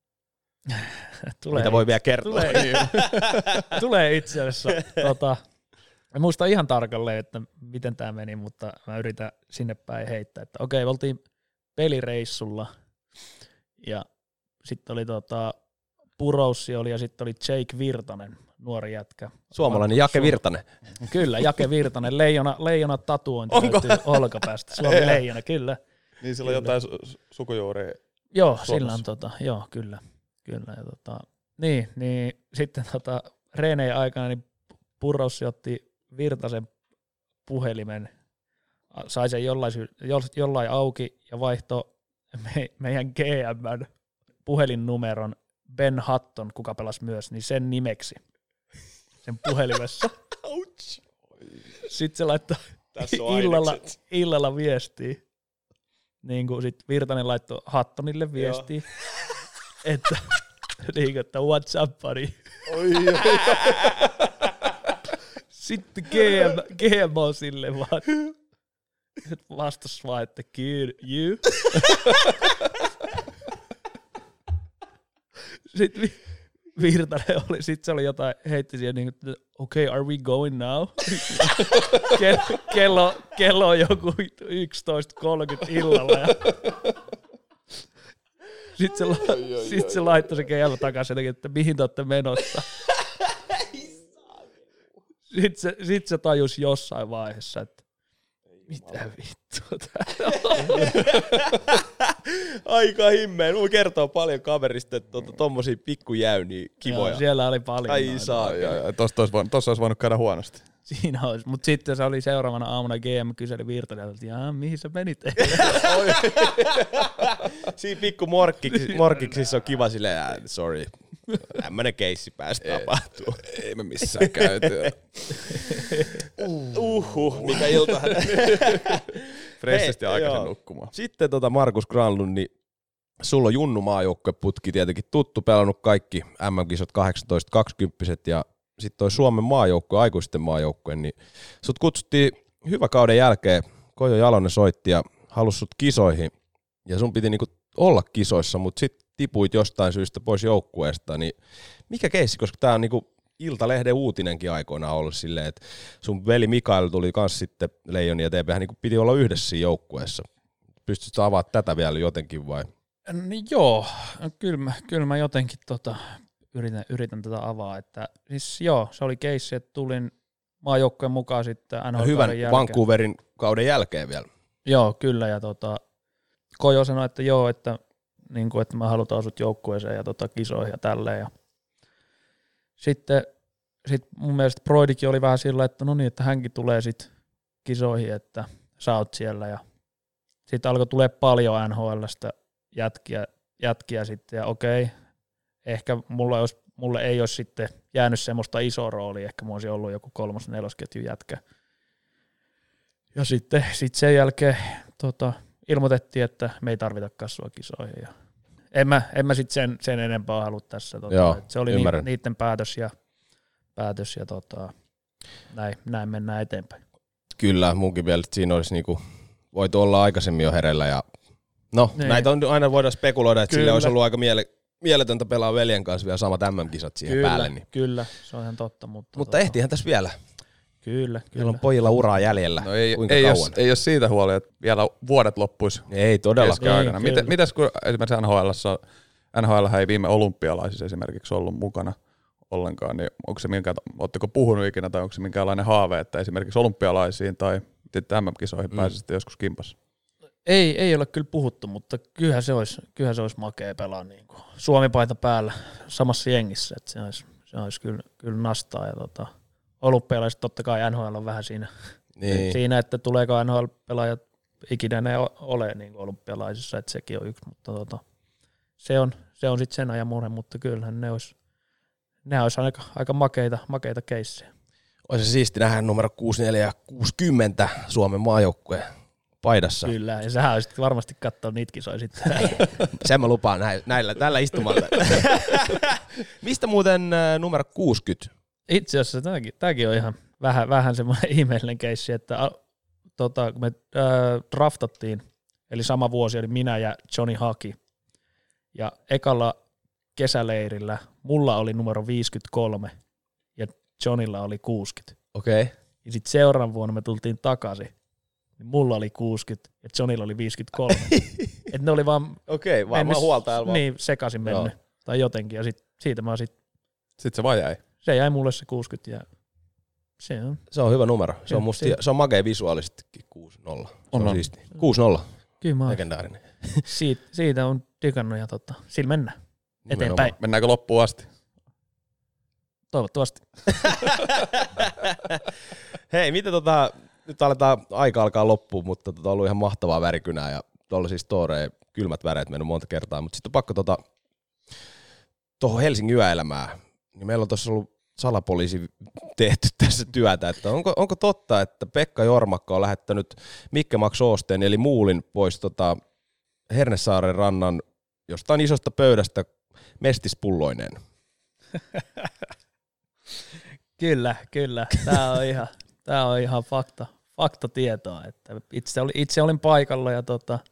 Mitä voi vielä kertoa? Tulee itse asiassa. En muista ihan tarkalleen, että miten tämä meni, mutta mä yritän sinne päin heittää. Että okei, oltiin pelireissulla ja sitten oli Burrows oli ja sitten oli Jake Virtanen, nuori jätkä. Suomalainen Jake Virtanen. Kyllä, Jake Virtanen. Leijona tatuointi löytyy olkapäästä. Suomi leijona, kyllä. Niin sillä on jotain sukujuuria. Joo, sillä on joo, kyllä. Ja niin sitten reeneen aikana niin Burrows otti Virtasen puhelimen, sai sen jollain auki ja vaihtoi meidän GM:n puhelinnumeron Ben Hutton, kuka pelasi myös, niin sen nimeksi sen puhelimessa. Sitten se laittoi Tässä on illalla viestiä. Niin kuin sit Virtanen laittoi Hattonille viestiä, että, niin kuin, että what's up, buddy? Sitten GM on sille vaan, vastas vaan, että good, you. Sitten Virtanen oli, sit se oli jotain, heitti siihen niin kuin, okay, are we going now? kello on joku 11.30 illalla. Ja sitten se laittoi se kello takaisin, että mihin te olette menossa. Sitten se tajusi jossain vaiheessa, että mitä vittua täällä on. Aika himmeen. Mulla kertoo paljon kaverista, että tommosia pikkujäyniä kivoja. Joo, siellä oli paljon. Ai saa. Tossa olisi voinut käydä huonosti. Siinä olisi, mutta sitten se oli seuraavana aamuna GM kyseli Virtanen, että mihin sä menit? Siinä pikku morkiksissa on kiva silleen, sorry. Tämmönen keissi pääsi tapahtuu. Ei me missään käyty. Mikä ilta. Fressisti aikaisen nukkumaan. Sitten Markus Granlund, niin sulla on Junnu maajoukkueputki tietenkin tuttu, pelannut kaikki MM-kisat 18-20 ja sitten toi Suomen maajoukkue, aikuisten maajoukkue, niin sut kutsuttiin hyvä kauden jälkeen, Kojo Jalonen soitti ja halusi sut kisoihin ja sun piti niinku olla kisoissa, mutta sitten tipuit jostain syystä pois joukkueesta, niin mikä keissi, koska tää on niinku Iltalehden uutinenkin aikoinaan ollut silleen, että sun veli Mikael tuli kans sitten Leijoni ja TP:hän niinku piti olla yhdessä siinä joukkueessa. Pystytkö avaamaan tätä vielä jotenkin vai? Niin joo, kyllä mä jotenkin yritän tätä avaa, että siis joo, se oli keissi, että tulin maajoukkojen mukaan sitten NHL-kauden hyvän jälkeen. Vancouverin kauden jälkeen vielä. Joo, kyllä, ja Kojo sanoi, että joo, että, niin kuin, että mä halutaan sut joukkueeseen ja kisoihin ja tälleen, ja sitten mun mielestä Broidikin oli vähän sillä, että no niin, että hänkin tulee sitten kisoihin, että sä oot siellä, ja sitten alkoi tulee paljon NHL:stä jätkiä sitten, ja okei, ehkä mulle ei olisi sitten jäänyt semmoista isoa roolia, ehkä mä olisin ollut joku 3.-4. ketjun jätkä. Ja sitten sen jälkeen ilmoitettiin, että me ei tarvita kasvua kisoihin. Ja en mä sitten sen enempää halua tässä. Joo, se oli niiden päätös ja näin mennään eteenpäin. Kyllä, munkin mielestä siinä olisi niinku voitu olla aikaisemmin jo hereillä. Ja no, niin. Näitä on aina voidaan spekuloida, että sille olisi ollut aika mieletöntä pelaa veljen kanssa vielä samat MM-kisat siihen päälle. Niin. Kyllä, se on ihan totta. Mutta ehtihän tässä vielä. Kyllä. Meillä on pojilla uraa jäljellä. No ei ole siitä huoli, että vielä vuodet loppuisi. Ei todellakaan. Mitäs kun esimerkiksi NHL ei viime olympialaisissa esimerkiksi ollut mukana ollenkaan, niin ootteko puhunut ikinä tai onko se minkäänlainen haave, että esimerkiksi olympialaisiin tai MM-kisoihin pääsisitte joskus kimpassa? Ei ole kyllä puhuttu, mutta kyllähän se olisi makea pelaa niin kuin Suomi-paita päällä samassa jengissä, että se olisi kyllä nastaa. Ja olympialaiset totta kai NHL on vähän siinä, että tuleeko NHL-pelaajat ikinä ne ole niin kuin olympialaisissa, että sekin on yksi, mutta se on sitten sen ajan murhe, mutta kyllähän ne olisi aika makeita keissejä. Olisi siisti nähdä numero 64 ja 60 Suomen maajoukkueen paidassa. Kyllä, ja sähän olisit varmasti katsoa niitä kisoja sitten. Sen mä lupaan tällä istumalla. Mistä muuten numero 60? Itse asiassa tämäkin on ihan vähän semmoinen ihmeellinen keissi, että kun me draftattiin, eli sama vuosi oli minä ja Johnny Haki, ja ekalla kesäleirillä mulla oli numero 53 ja Johnnylla oli 60. Okei. Okay. Ja sitten seuraavan vuonna me tultiin takaisin, niin mulla oli 60 ja Johnnylla oli 53. Että ne oli vaan huoltajalla niin sekaisin mennyt tai jotenkin, ja siitä mä sitten se vaan jäi. Se jäi mulle se 60 ja se on hyvä numero. Se on makea visuaalisestikin 6-0. On siisti. 6-0. Kyllä legendaarinen. Siitä on digannut ja sillä mennään eteenpäin. Mennäänkö loppuun asti? Toivottavasti. Hei, miten nyt aika alkaa loppuun, mutta on ollut ihan mahtavaa värikynää ja tuollaisia storeja, kylmät väreet mennyt monta kertaa, mutta sitten on pakko tuohon Helsingin yöelämään. Niin meillä on tuossa ollut salapoliisi tehty tässä työtä, että onko totta, että Pekka Jormakka on lähettänyt Mikke Max Oosteen eli Muulin pois Hernesaaren rannan jostain isosta pöydästä mestispulloineen? Kyllä. Tämä on ihan faktatietoa. Että itse olin paikalla ja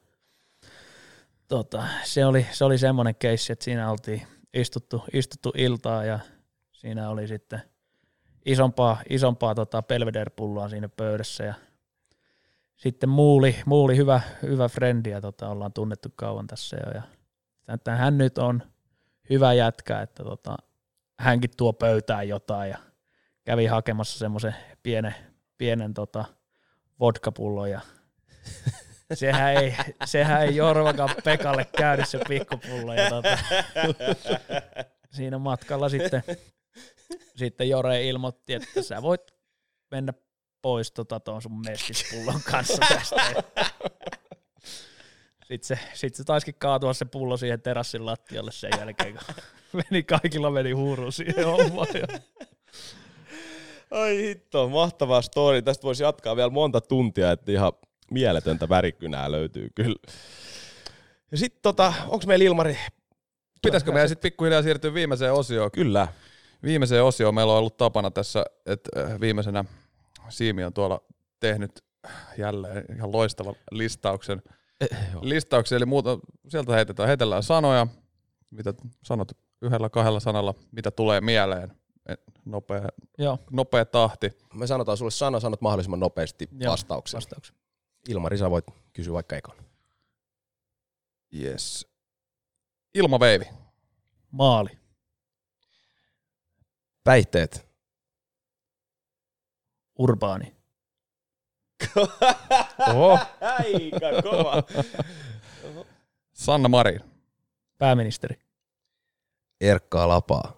se oli semmoinen keissi, että siinä oltiin istuttu iltaa ja siinä oli sitten isompaa Belvedere-pulloa siinä pöydässä ja sitten Muuli hyvä frendi ja ollaan tunnettu kauan tässä jo ja että hän nyt on hyvä jätkä, että hänkin tuo pöytään jotain ja kävi hakemassa semmoisen pienen vodkapullon ja sehän ei Jorvakan Pekalle käynyt se pikkupullo ja siinä matkalla sitten Jore ilmoitti, että sä voit mennä pois tuon sun mestispullon kanssa tästä. Sitten se taisikin kaatua se pullo siihen terassin lattialle sen jälkeen, kun kaikilla meni huuruun siihen hommaan. Ai hitto, mahtava story. Tästä voisi jatkaa vielä monta tuntia, että ihan mieletöntä värikynää löytyy kyllä. Ja sitten onko meillä Ilmari? Pitäisikö meidän sitten pikkuhiljaa siirtyä viimeiseen osioon? Kyllä. Viimeiseen osioon meillä on ollut tapana tässä, että viimeisenä Siimi on tuolla tehnyt jälleen ihan loistavan listauksen, eli sieltä heitellään sanoja, mitä sanot yhdellä kahdella sanalla, mitä tulee mieleen, nopea tahti. Me sanotaan sulle sanot mahdollisimman nopeasti vastauksen. Ilmari, sä voit kysyä vaikka ekon. Yes. Ilmaveivi. Maali. Päihteet. Urbaani. Oho. Aika kova. Sanna Marin. Pääministeri. Erkkaa Lapaa.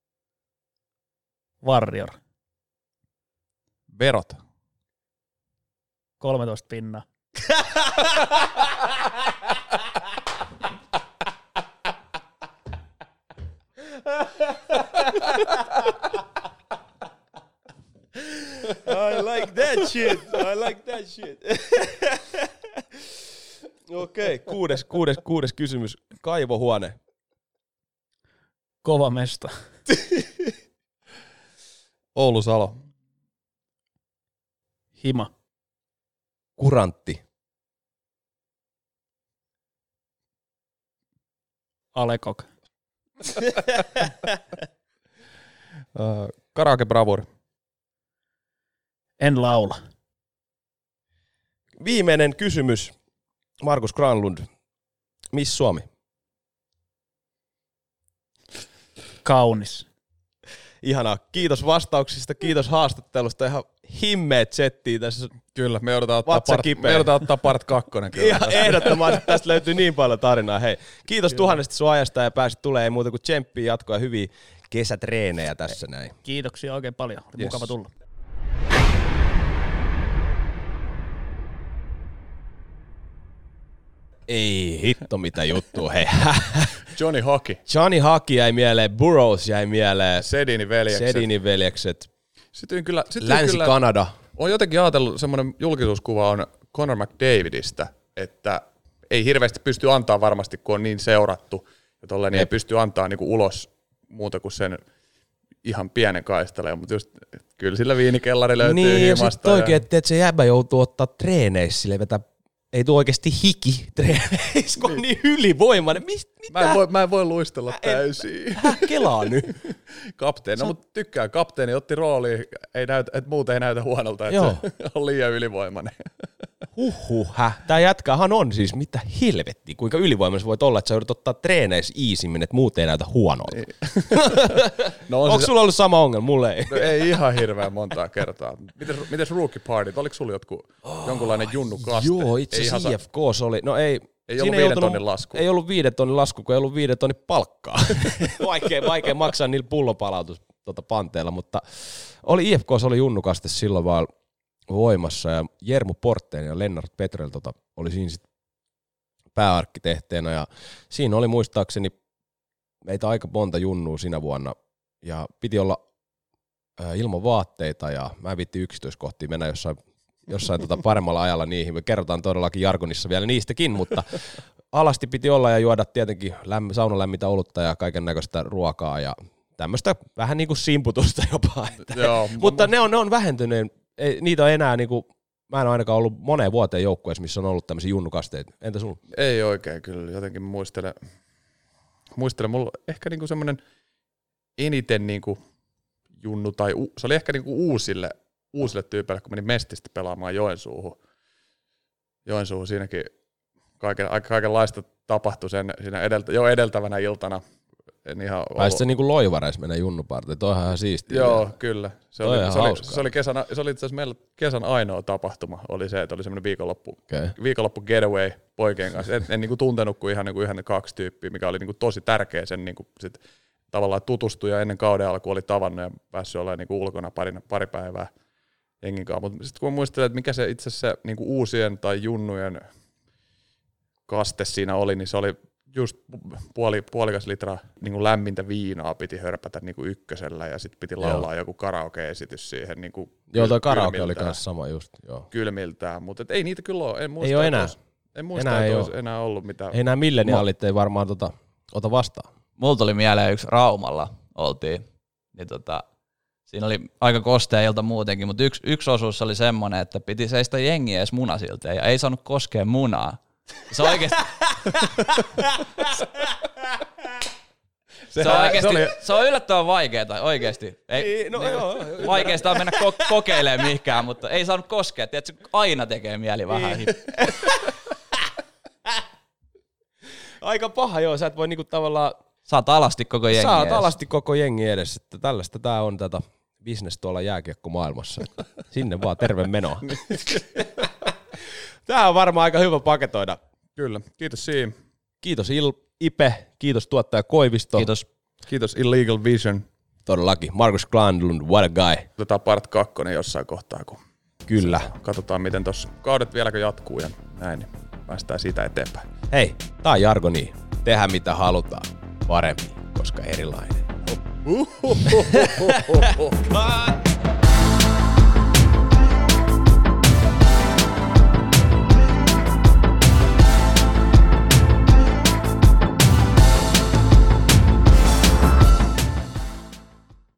Warrior. Verot. 13 pinnaa. I like that shit. Okei, kuudes kysymys. Kaivohuone. Kova mesta. Oulu Salo. Hima. Kurantti. Alekok. Karaoke Bravuri. En laula. Viimeinen kysymys. Markus Granlund. Miss Suomi? Kaunis. Ihanaa. Kiitos vastauksista, kiitos haastattelusta. Ihan himmeet settiä tässä. Kyllä, me joudutaan ottaa part 2. Ihan ehdottomasti. Tästä löytyy niin paljon tarinaa. Hei, kiitos kyllä tuhannesti sun ajasta ja pääsit tulemaan. Ei muuta kuin tsemppiä jatkoa ja hyviä kesätreenejä tässä näin. Kiitoksia oikein paljon. Oli mukava tulla. Ei hitto mitä juttua, hei. Johnny Hockey jäi mieleen, Burroughs jäi mieleen. Sedinin veljekset. Länsi-Kanada. On jotenkin ajatellut, semmoinen julkisuuskuva on Conor McDavidistä, että ei hirveästi pysty antaa varmasti, kun on niin seurattu, ja tolleen ei pysty antaa niinku ulos muuta kuin sen ihan pienen kaisteleen, mutta just kyllä sillä viinikellari löytyy niin, himasta. Niin, ja sitten oikein, että se jäbä joutuu ottaa treeneissä silleen vetää. Ei tule oikeasti hiki treeneissä, kun on niin ylivoimainen. Mä en voi luistella täysin. Kelaa nyt. Kapteeni, no mutta tykkää. Kapteeni otti rooliin, että muuten ei näytä huonolta, että se on liian ylivoimainen. Tää jätkähän on siis mitä helvettiä, kuinka ylivoimainen voit olla, että sä joudut ottaa treeneissä iisimmin, että muuten ei näytä huonolta. Niin. No onko sulla ollut sama ongelma? Mulle ei. No ei ihan hirveän montaa kertaa. Mites rookie partyt? Oliko sulla jonkunlainen junnu kaste? Joo, itse asiassa IFKs oli. No ei ollut 5 tonnin lasku. Ei ollut 5 tonnin lasku, kun ei ollut 5 tonnin palkkaa. vaikea maksaa niillä pullopalautus panteilla, mutta IFKs oli junnukaste silloin vaan voimassa ja Jermu Porteen ja Lennart Petrel oli siinä sit pääarkkitehteenä ja siinä oli muistaakseni meitä aika monta junnua sinä vuonna ja piti olla ilman vaatteita ja mä en viitti yksityiskohtiin mennä jossain paremmalla ajalla niihin. Me kerrotaan todellakin jargonissa vielä niistäkin, mutta alasti piti olla ja juoda tietenkin saunalämmintä olutta ja kaiken näköistä ruokaa ja tämmöistä vähän niin kuin simputusta jopa. Joo, mutta ne on vähentyneet. Niitä on enää niin kuin, mä en ole ainakaan ollut moneen vuoteen joukkueessa, missä on ollut tämmöisiä junnukasteita. Entä sulla? Ei oikein kyllä. Jotenkin muistelen mulla ehkä niinku semmoinen eniten niinku junnu tai se oli ehkä niinku uusille tyypeille, kun menin Mestistä pelaamaan Joensuuhun siinäkin kaikenlaista tapahtui siinä edeltävänä iltana. Pääsit se niinku Loivareissa mennä junnupartiin, toihan ihan siistiä. Joo, kyllä. Se oli itse asiassa meillä kesän ainoa tapahtuma, oli se, että oli semmoinen viikonloppu getaway poikien kanssa. En niinku tuntenut kuin ihan 2 tyyppiä, mikä oli niinku tosi tärkeä sen niinku sit tavallaan tutustuja ennen kauden alkuun oli tavannut ja päässyt olemaan niinku ulkona pari päivää jengin kanssa. Mutta sitten kun muistelen, että mikä se itse asiassa se niinku uusien tai junnujen kaste siinä oli, niin se oli just puolikas litraa niin lämmintä viinaa piti hörpätä niin ykkösellä ja sitten piti laulaa joku karaoke-esitys siihen. Niin joo, toi karaoke oli kanssa sama just. Joo. Kylmiltään, mutta ei niitä kyllä ole. En muista, ei ole enää. En muista, että olisi enää ollut mitään. Ei nämä milleniaalit ei varmaan ota vastaan. Mulla tuli mieleen yksi Raumalla oltiin, niin siinä oli aika kostea ilta muutenkin, mutta yksi osuus oli semmoinen, että piti seistä jengiä edes munasilteen ja ei saanut koskea munaa. Se on oikeesti... Se on yllättävän vaikeeta, oikeesti. Vaikeasta on mennä kokeilemaan mihinkään, mutta ei saanut koskea. Tiedätkö, aina tekee mieli vähän. Aika paha, joo. Sä et voi niinku tavallaan... Saat alasti koko jengi Saat alasti koko jengi edes. Että tällaista tää on tätä business tuolla jääkiekkomaailmassa. Sinne vaan terve menoa. Tää on varmaan aika hyvä paketoida. Kyllä, kiitos Siim. Kiitos Ipe, kiitos tuottaja Koivisto. Kiitos Illegal Vision. Todellakin, Markus Granlund, what a guy. Otetaan part 2 jossain kohtaa, kun kyllä. Katsotaan miten tossa kaudet vieläkö jatkuu ja näin, niin päästään siitä eteenpäin. Hei, tää on jargoni. Tehdään mitä halutaan. Paremmin, koska erilainen.